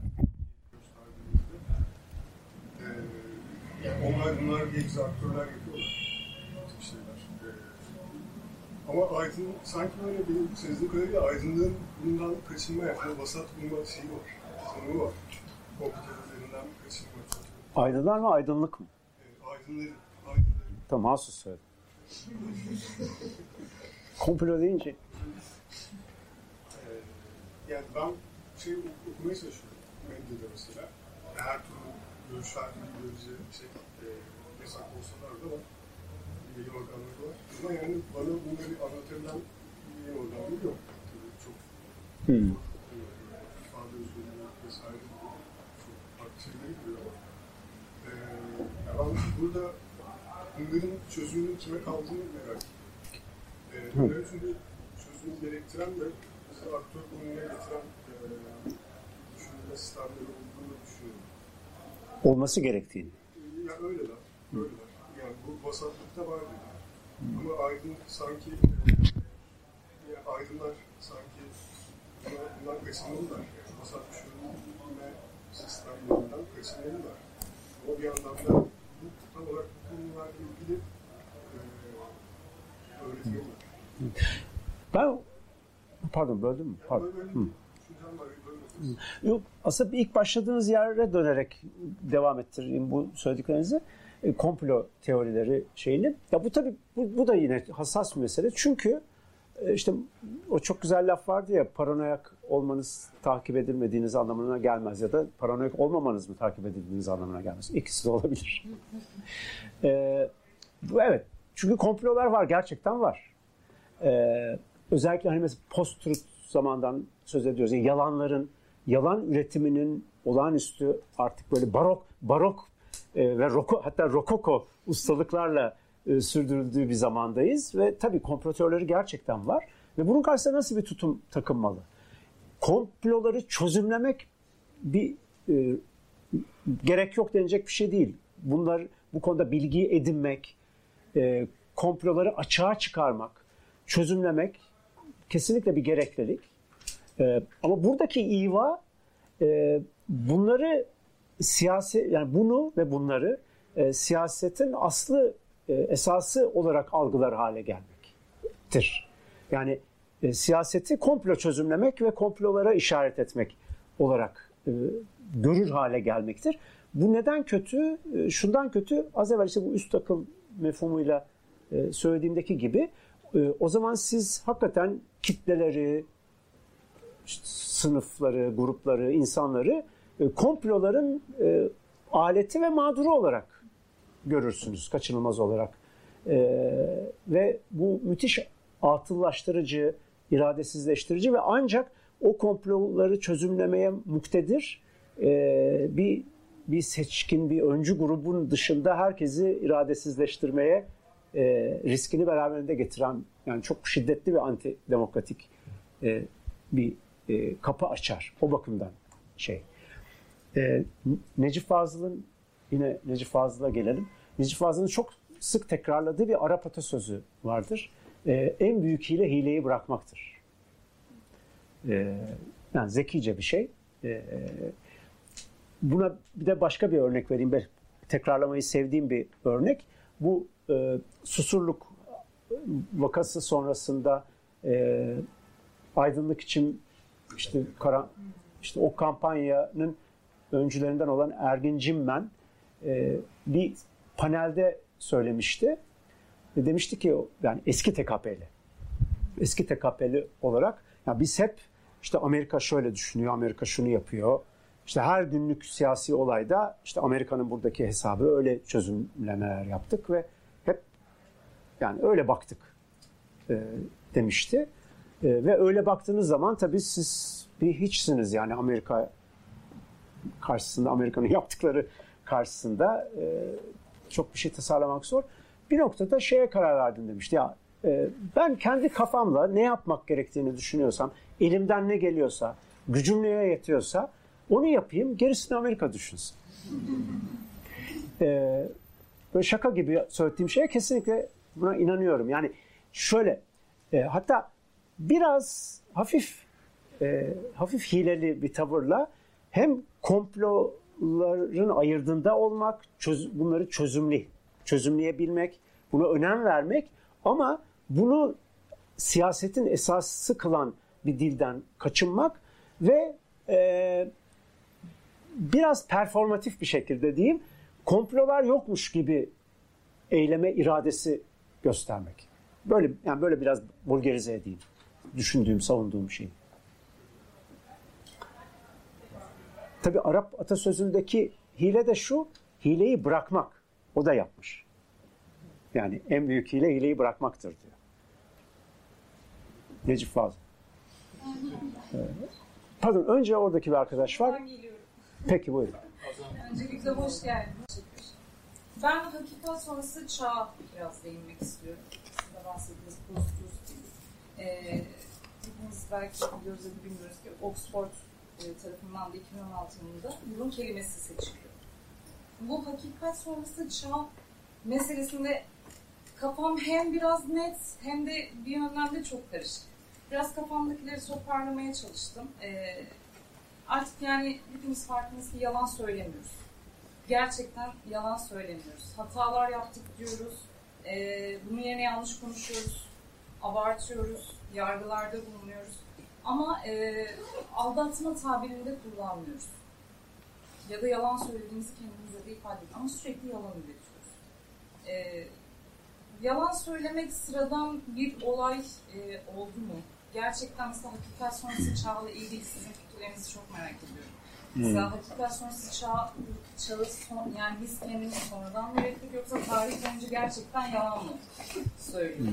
Yani bunlar gibi aktörler yapıyorlar. Şeyler. Ama aydın, sanki böyle benim sezdiğim kadarıyla aydınlığın bundan kaçınma yani vasat bulma şeyi var. Tanımı var. Kompüterlerinden kaçınma. Aydınlar mı, aydınlık mı? Aydınları. Tamam, mahsus söyledim. Komplo deyince. Yani ben okumaya çalışıyorum. Medyada mesela. Her türlü görüşler, ideoloji, yasak olsalar da var. Bilim organları var. Ama yani bana bunları anlatabilen bilim organları yok. Çok ifade özgürlüğü vesaire çok farklı şeyler gidiyor ama ben burada bunların çözümünün kime kaldığını merak ediyorum. Bunların çünkü çözümü gerektiren ve mesela aktör konumuna getiren düşünme sistemleri olduğunu düşünüyorum. Olması gerektiğini. Ya öyleler. Yani bu vasatlıkta var dedi. Ama aydın sanki aydınlar sanki bundan kaçınmalılar. Yani vasat düşünme sistemlerinden kaçınmalılar. Ama bir yandan da bu tam olarak bu konularla ilgili öğretmeliler. Ben pardon böldüm mü? Pardon. Yok, aslında ilk başladığınız yere dönerek devam ettireyim bu söylediklerinizi. Komplo teorileri şeyini. Ya bu tabii bu da yine hassas bir mesele. Çünkü işte o çok güzel laf vardı ya, paranoyak olmanız takip edilmediğiniz anlamına gelmez ya da paranoyak olmamanız mı takip edildiğiniz anlamına gelmez. İkisi de olabilir. Evet. Çünkü komplolar var. Gerçekten var. Özellikle hani mesela post-truth zamandan söz ediyoruz. Yani yalan üretiminin olağanüstü artık böyle barok ve hatta rokoko ustalıklarla sürdürüldüğü bir zamandayız ve tabii komplo gerçekten var ve bunun karşısında nasıl bir tutum takınmalı? Komploları çözümlemek bir gerek yok denecek bir şey değil. Bu konuda bilgi edinmek, komploları açığa çıkarmak, çözümlemek kesinlikle bir gereklilik. Ama buradaki iva bunları bunu ve bunları siyasetin esası olarak algılar hale gelmektir. Yani siyaseti komplo çözümlemek ve komplolara işaret etmek olarak görür hale gelmektir. Bu neden kötü? Şundan kötü. Az evvel işte bu üst akıl mefhumuyla söylediğimdeki gibi o zaman siz hakikaten kitleleri, işte sınıfları, grupları, insanları komploların aleti ve mağduru olarak görürsünüz kaçınılmaz olarak. Ve bu müthiş atıllaştırıcı, iradesizleştirici ve ancak o komploları çözümlemeye muktedir bir seçkin, bir öncü grubun dışında herkesi iradesizleştirmeye riskini beraberinde getiren, yani çok şiddetli ve antidemokratik bir kapı açar. O bakımdan Necip Fazıl'a gelelim. Necip Fazıl'ın çok sık tekrarladığı bir Arap atasözü vardır. En büyük hile hileyi bırakmaktır. Yani zekice bir şey. Buna bir de başka bir örnek vereyim. Ben tekrarlamayı sevdiğim bir örnek. Bu Susurluk vakası sonrasında aydınlık için işte o kampanyanın öncülerinden olan Ergin Cimmen bir panelde söylemişti. Demişti ki yani eski TKP'li olarak yani biz hep işte Amerika şöyle düşünüyor, Amerika şunu yapıyor. İşte her günlük siyasi olayda işte Amerika'nın buradaki hesabı öyle çözümlemeler yaptık ve hep yani öyle baktık demişti. Ve öyle baktığınız zaman tabii siz bir hiçsiniz yani Amerika karşısında, Amerika'nın yaptıkları karşısında çok bir şey tasarlamak zor. Bir noktada şeye karar verdim demişti. Ya ben kendi kafamla ne yapmak gerektiğini düşünüyorsam, elimden ne geliyorsa, gücüm neye yetiyorsa onu yapayım, gerisini Amerika düşünsün. Böyle şaka gibi söylediğim şeye kesinlikle buna inanıyorum. Yani şöyle, hatta biraz hafif hileli bir tavırla hem komploların ayırdığında olmak, bunları çözümleyebilmek, buna önem vermek ama bunu siyasetin esası kılan bir dilden kaçınmak ve biraz performatif bir şekilde diyeyim, komplolar yokmuş gibi eyleme iradesi göstermek. Böyle biraz vulgarize edeyim. Düşündüğüm, savunduğum şey. Tabii Arap atasözündeki hile de şu, hileyi bırakmak. O da yapmış. Yani en büyük hile hileyi bırakmaktır diyor. Necip Fazıl. Pardon, önce oradaki bir arkadaş var. Peki, buyurun. Öncelikle hoş geldiniz. Ben hakikat sonrası çağa biraz değinmek istiyorum. Siz de bahsettiğiniz pozitif. Hepimiz belki biliyoruz ya da bilmiyoruz ki Oxford tarafından da 2016 yılında yılın kelimesi seçiliyor. Bu hakikat sonrası çağ meselesinde kafam hem biraz net hem de bir yönden de çok karışık. Biraz kafamdakileri toparlamaya çalıştım. Artık yani hepimiz farkındayız ki yalan söylemiyoruz. Gerçekten yalan söylemiyoruz. Hatalar yaptık diyoruz. Bunun yerine yanlış konuşuyoruz. Abartıyoruz. Yargılarda bulunuyoruz. Ama aldatma tabirinde kullanmıyoruz. Ya da yalan söylediğimizi kendimize de ifade ediyoruz. Ama sürekli yalan üretiyoruz. Yalan söylemek sıradan bir olay oldu mu? Gerçekten mesela hakikat sonrası çağla ilgili sizin fikirlerinizi çok merak ediyorum. Mesela hakikat sonrası çağı yani biz kendimiz sonradan mı ürettik yoksa tarih boyunca gerçekten yalan mı söylüyoruz?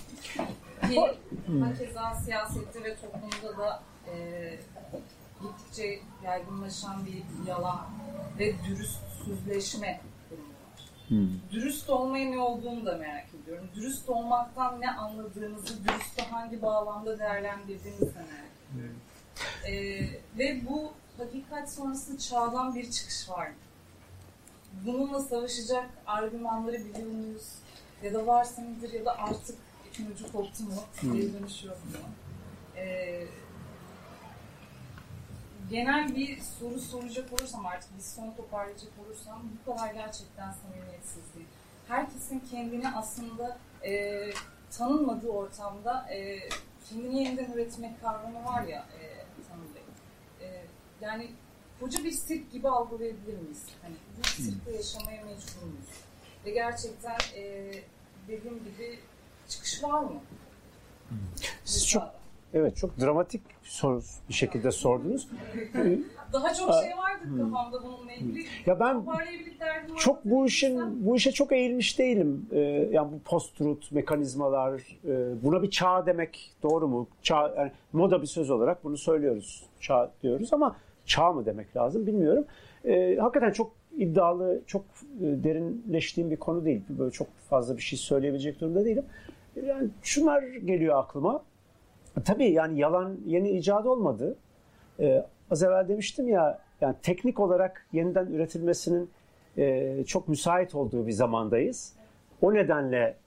Ki hakeza siyasette ve toplumda da gittikçe yaygınlaşan bir yalan ve dürüstsüzleşme durumu var. Dürüst olmaya ne olduğunu da merak ediyorum. Dürüst olmaktan ne anladığınızı, dürüstü hangi bağlamda değerlendirdiğinizi de merak ediyorum. Ve bu hakikat sonrası çağdan bir çıkış var mı? Bununla savaşacak argümanları biliyor muyuz? Ya da varsa mıdır ya da artık ipin ucu koptu mu? Geri dönüşüyor mu? Genel bir soru soracak olursam, artık bir son toparlayacak olursam, bu kadar gerçekten samimiyetsizliği. Herkesin kendini aslında tanınmadığı ortamda kendini yeniden üretmek kavramı var ya Tanıl Bey. Yani koca bir sirk gibi algılayabilir miyiz? Hani bu sirkte yaşamaya mecbur muyuz? Ve gerçekten dediğim gibi çıkış var mı? Siz çok dramatik soru bir şekilde sordunuz. Daha çok şey vardı kafamda bununla ilgili. Ya ben çok bu işe çok eğilmiş değilim. Yani bu post-truth mekanizmalar, buna bir çağ demek doğru mu? Çağ, yani moda bir söz olarak bunu söylüyoruz. Çağ diyoruz ama çağ mı demek lazım bilmiyorum. Hakikaten çok iddialı, çok derinleştiğim bir konu değil. Böyle çok fazla bir şey söyleyebilecek durumda değilim. Yani şunlar geliyor aklıma. Tabii yani yalan yeni icat olmadı. Az evvel demiştim ya, yani teknik olarak yeniden üretilmesinin çok müsait olduğu bir zamandayız. O nedenle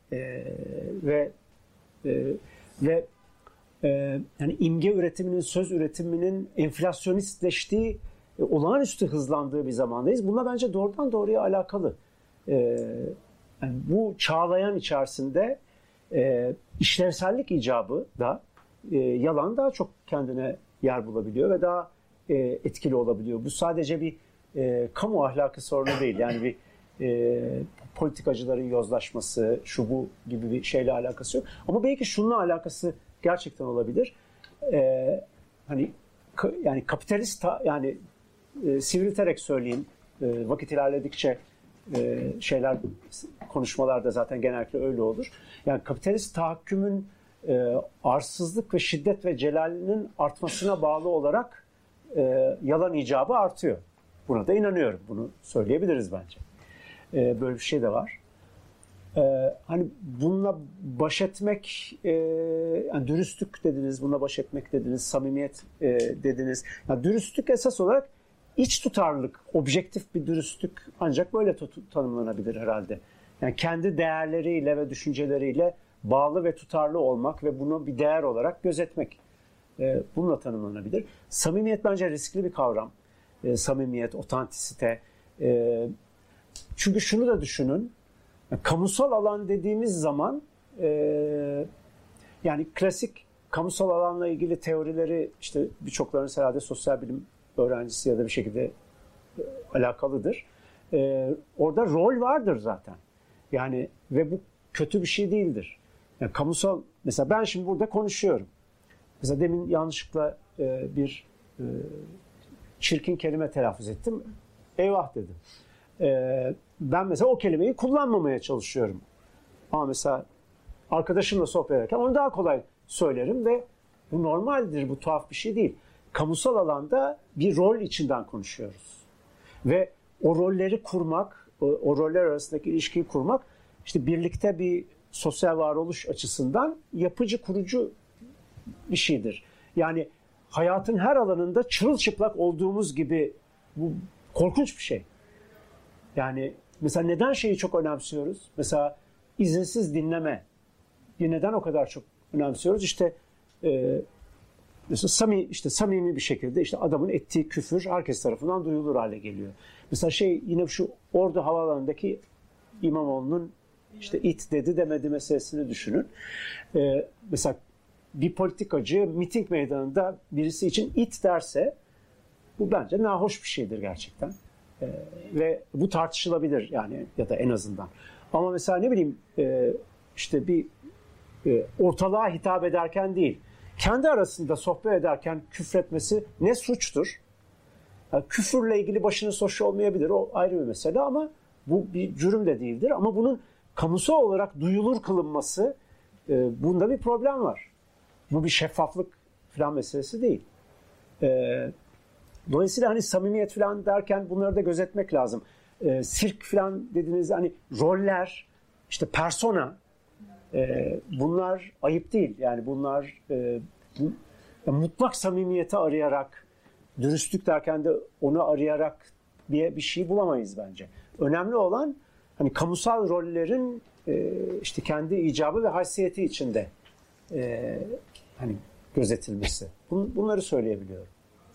yani imge üretiminin, söz üretiminin enflasyonistleştiği, olağanüstü hızlandığı bir zamandayız. Bununla bence doğrudan doğruya alakalı. Yani bu çağlayan içerisinde işlevsellik icabı da yalan daha çok kendine yer bulabiliyor ve daha etkili olabiliyor. Bu sadece bir kamu ahlakı sorunu değil. Yani bir politikacıların yozlaşması, şu bu gibi bir şeyle alakası yok. Ama belki şununla alakası gerçekten olabilir. Hani yani kapitalist yani sivrilterek söyleyeyim, vakit ilerledikçe konuşmalarda zaten genellikle öyle olur. Yani kapitalist tahakkümün arsızlık ve şiddet ve celalinin artmasına bağlı olarak yalan icabı artıyor. Buna da inanıyorum. Bunu söyleyebiliriz bence. Böyle bir şey de var. Hani bununla baş etmek, yani dürüstlük dediniz, bununla baş etmek dediniz, samimiyet dediniz. Yani dürüstlük esas olarak iç tutarlılık, objektif bir dürüstlük ancak böyle tanımlanabilir herhalde. Yani kendi değerleriyle ve düşünceleriyle bağlı ve tutarlı olmak ve bunu bir değer olarak gözetmek. Bununla tanımlanabilir. Samimiyet bence riskli bir kavram. Samimiyet, otantisite. Çünkü şunu da düşünün. Kamusal alan dediğimiz zaman yani klasik kamusal alanla ilgili teorileri işte birçoklarınız herhalde sosyal bilim öğrencisi ya da bir şekilde alakalıdır. Orada rol vardır zaten. Yani ve bu kötü bir şey değildir. Yani kamusal, mesela ben şimdi burada konuşuyorum. Mesela demin yanlışlıkla bir çirkin kelime telaffuz ettim. Eyvah dedim. Ben mesela o kelimeyi kullanmamaya çalışıyorum. Ama mesela arkadaşımla sohbet ederken onu daha kolay söylerim ve bu normaldir, bu tuhaf bir şey değil. Kamusal alanda bir rol içinden konuşuyoruz. Ve o rolleri kurmak, o roller arasındaki ilişkiyi kurmak, işte birlikte bir sosyal varoluş açısından yapıcı, kurucu bir şeydir. Yani hayatın her alanında çırılçıplak olduğumuz gibi bu korkunç bir şey. Yani mesela neden şeyi çok önemsiyoruz? Mesela izinsiz dinleme. Neden o kadar çok önemsiyoruz? İşte mesela samimi bir şekilde işte adamın ettiği küfür herkes tarafından duyulur hale geliyor. Mesela yine şu Ordu Havaalanı'ndaki İmamoğlu'nun işte it dedi demedi meselesini düşünün. Mesela bir politikacı miting meydanında birisi için it derse bu bence nahoş bir şeydir gerçekten. Ve bu tartışılabilir yani, ya da en azından. Ama mesela ne bileyim işte bir ortalığa hitap ederken değil, kendi arasında sohbet ederken küfretmesi ne suçtur? Yani küfürle ilgili başınız hoş olmayabilir, o ayrı bir mesele, ama bu bir cürüm de değildir. Ama bunun kamusal olarak duyulur kılınması, bunda bir problem var. Bu bir şeffaflık falan meselesi değil. Dolayısıyla hani samimiyet falan derken bunları da gözetmek lazım. Sirk falan dediğiniz hani roller, işte persona, bunlar ayıp değil. Yani bunlar mutlak samimiyeti arayarak, dürüstlük derken de onu arayarak bir şey bulamayız bence. Önemli olan hani kamusal rollerin işte kendi icabı ve haysiyeti içinde hani gözetilmesi. Bunları söyleyebiliyorum.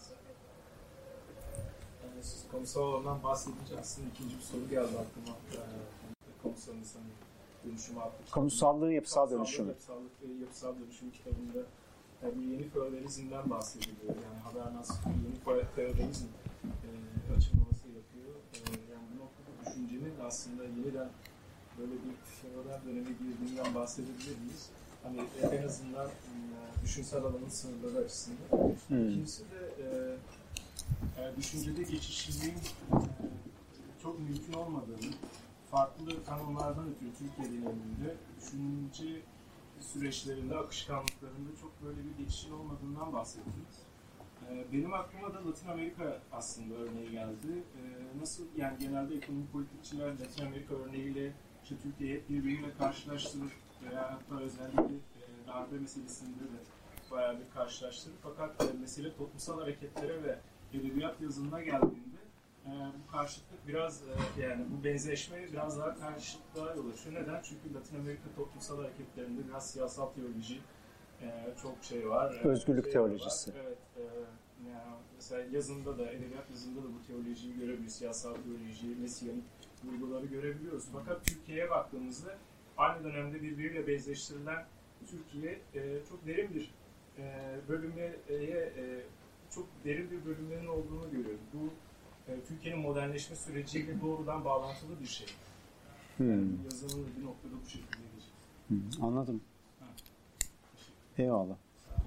Siz kamusal olandan bahsedince aslında ikinci bir soru geldi aklıma. Kamusal insanın dönüşümü hakkında. Kamusallığın yapısal dönüşümü. Yapısallık ve yapısal dönüşüm kitabında bir yeni feodalizmden bahsediliyor. Yani Habermas yeni feodalizm açıklaması yapıyor. Yani bu noktada düşüncenin aslında yeniden böyle bir feodal döneme girdiğinden bahsedebilir miyiz? Hani en azından düşünsel alanın sınırları açısından. İkincisi de düşüncede geçişliliğin çok mümkün olmadığını, farklı kanunlardan ötürü Türkiye döneminde düşünce süreçlerinde, akışkanlıklarında çok böyle bir geçişin olmadığından bahsettiniz. Benim aklıma da Latin Amerika aslında örneği geldi. Nasıl, yani genelde ekonomi politikçiler Latin Amerika örneğiyle işte Türkiye'yi hep birbiriyle karşılaştırır veya hatta özellikle darbe meselesinde de bayağı bir karşılaştırır. Fakat mesele toplumsal hareketlere ve edebiyat yazımına geldiğinde bu karşıtlık biraz yani bu benzeşme biraz daha karşıtlığa yol açıyor. Neden? Çünkü Latin Amerika toplumsal hareketlerinde biraz siyasal teoloji çok şey var. Özgürlük teolojisi. Var. Evet. Yani mesela yazında da, edebiyat yazında da bu teolojiyi görebiliyoruz. Siyasal teoloji, mesiyanik vurguları görebiliyoruz. Fakat Türkiye'ye baktığımızda aynı dönemde birbiriyle benzeştirilen Türkiye çok derin bir bölümeye çok derin bir bölümlerin olduğunu görüyoruz. Bu Türkiye'nin modernleşme süreciyle doğrudan bağlantılı bir şey. Yazının bir noktada bu şekilde geçiyor. Anladım. Eyvallah.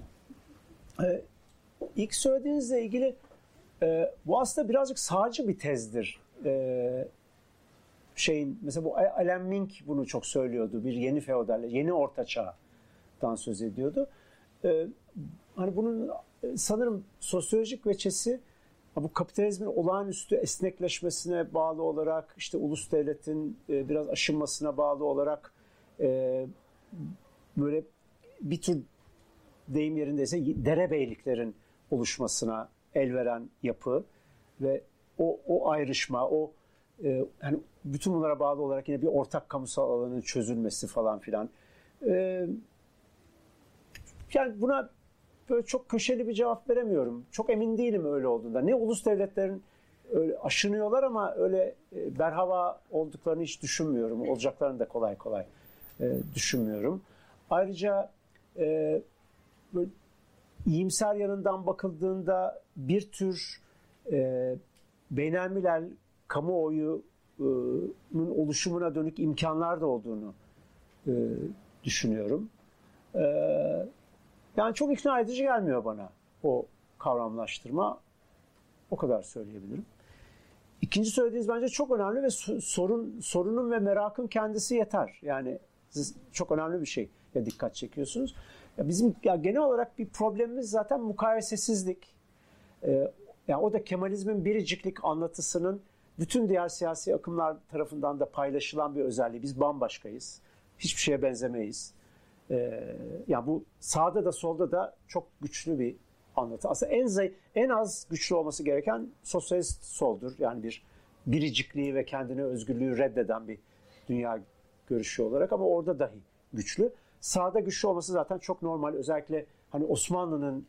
İlk söylediğinizle ilgili bu aslında birazcık sağcı bir tezdir. Mesela bu Alan Mink bunu çok söylüyordu. Bir yeni feodal, yeni orta çağdan söz ediyordu. Hani bunun sanırım sosyolojik veçesi bu kapitalizmin olağanüstü esnekleşmesine bağlı olarak, işte ulus devletin biraz aşınmasına bağlı olarak böyle bir tür deyim yerindeyse derebeyliklerin oluşmasına el veren yapı ve o ayrışma, yani bütün bunlara bağlı olarak yine bir ortak kamusal alanın çözülmesi falan filan. Yani buna böyle çok köşeli bir cevap veremiyorum. Çok emin değilim öyle olduğunda. Ne ulus devletlerin öyle aşınıyorlar ama öyle berhava olduklarını hiç düşünmüyorum. Olacaklarını da kolay kolay düşünmüyorum. Ayrıca böyle iyimser yanından bakıldığında bir tür beynelmilel kamuoyunun oluşumuna dönük imkanlar da olduğunu düşünüyorum. Yani çok ikna edici gelmiyor bana o kavramlaştırma. O kadar söyleyebilirim. İkinci söylediğiniz bence çok önemli ve sorunun ve merakın kendisi yeter. Yani siz çok önemli bir şeye dikkat çekiyorsunuz. Bizim genel olarak bir problemimiz zaten mukayesesizlik. Yani o da Kemalizmin biriciklik anlatısının bütün diğer siyasi akımlar tarafından da paylaşılan bir özelliği. Biz bambaşkayız. Hiçbir şeye benzemeyiz. Yani bu sağda da solda da çok güçlü bir anlatı. Aslında en az güçlü olması gereken sosyalist soldur. Yani bir biricikliği ve kendine özgürlüğü reddeden bir dünya görüşü olarak, ama orada dahi güçlü. Sağda güçlü olması zaten çok normal. Özellikle hani Osmanlı'nın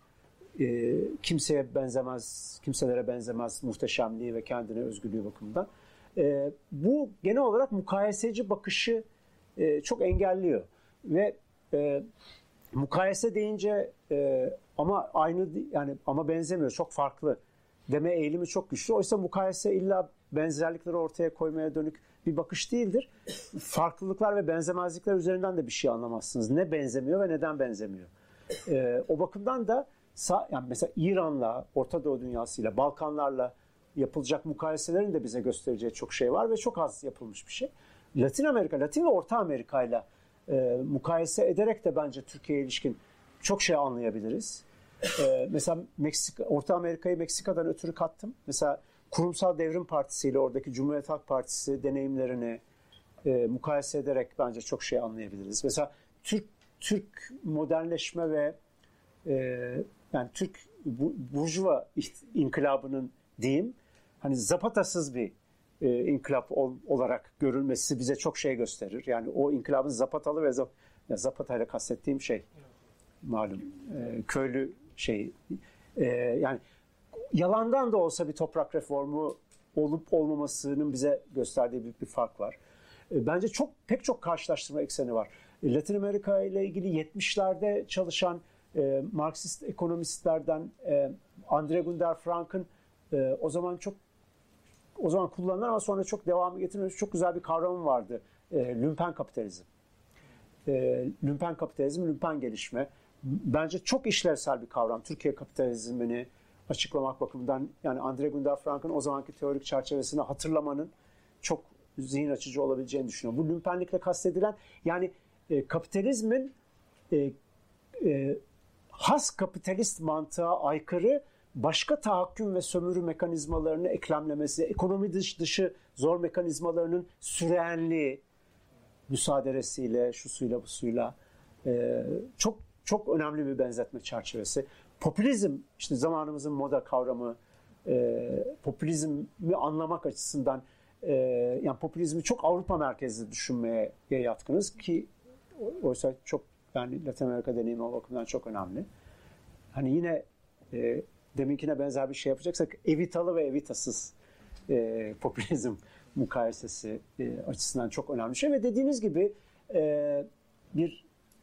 kimselere benzemez muhteşemliği ve kendine özgürlüğü bakımından. Bu genel olarak mukayeseci bakışı çok engelliyor. Ve mukayese deyince ama aynı, yani ama benzemiyor, çok farklı deme eğilimi çok güçlü. Oysa mukayese illa benzerlikleri ortaya koymaya dönük bir bakış değildir. Farklılıklar ve benzemezlikler üzerinden de bir şey anlamazsınız. Ne benzemiyor ve neden benzemiyor. O bakımdan da yani mesela İran'la, Orta Doğu dünyasıyla, Balkanlarla yapılacak mukayeselerin de bize göstereceği çok şey var ve çok az yapılmış bir şey. Latin ve Orta Amerika'yla mukayese ederek de bence Türkiye'ye ilişkin çok şey anlayabiliriz. Mesela Orta Amerika'yı Meksika'dan ötürü kattım. Mesela Kurumsal Devrim Partisi ile oradaki Cumhuriyet Halk Partisi deneyimlerini mukayese ederek bence çok şey anlayabiliriz. Mesela Türk modernleşme ve yani Türk Burjuva inkılabının diyeyim, hani Zapata'sız bir inkılap olarak görülmesi bize çok şey gösterir. Yani o inkılabın Zapatalı ve Zapata'yla kastettiğim şey malum köylü şey. Yani yalandan da olsa bir toprak reformu olup olmamasının bize gösterdiği bir fark var. Bence pek çok karşılaştırma ekseni var. Latin Amerika ile ilgili 70'lerde çalışan Marksist ekonomistlerden André Günther Frank'ın o zaman kullanılan ama sonra çok devamı getirmemiş çok güzel bir kavramı vardı. Lümpen kapitalizm. Lümpen kapitalizm, lümpen gelişme. Bence çok işlevsel bir kavram. Türkiye kapitalizmini açıklamak bakımından, yani André Günther Frank'ın o zamanki teorik çerçevesini hatırlamanın çok zihin açıcı olabileceğini düşünüyorum. Bu lümpenlikle kastedilen, yani kapitalizmin has kapitalist mantığa aykırı başka tahakküm ve sömürü mekanizmalarını eklemlemesi, ekonomi dışı zor mekanizmalarının sürenliği, müsaaderesiyle, şusuyla busuyla çok önemli bir benzetme çerçevesi. Popülizm, işte zamanımızın moda kavramı, popülizmi anlamak açısından yani popülizmi çok Avrupa merkezli düşünmeye yatkınız ki oysa çok, yani Latin Amerika deneyimi o bakımdan çok önemli. Hani yine deminkine benzer bir şey yapacaksak evitalı ve evitasız popülizm mukayesesi açısından çok önemli bir şey ve dediğiniz gibi bir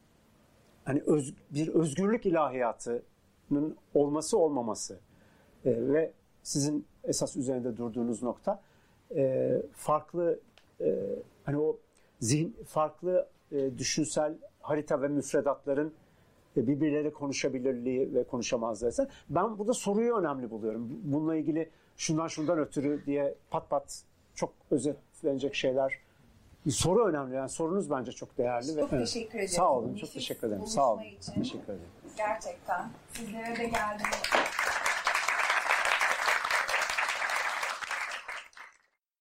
özgürlük ilahiyatının olması olmaması ve sizin esas üzerinde durduğunuz nokta farklı farklı düşünsel harita ve müfredatların birbirleriyle konuşabilirliği ve konuşamazlığı. Ben burada soruyu önemli buluyorum. Bununla ilgili şundan ötürü diye pat çok özetlenecek şeyler. Soru önemli. Yani sorunuz bence çok değerli. Çok teşekkür ederim. Sağ olun. Çok teşekkür ederim. Sağ olun. Teşekkür ederim. Gerçekten. Sizlere de geldiğiniz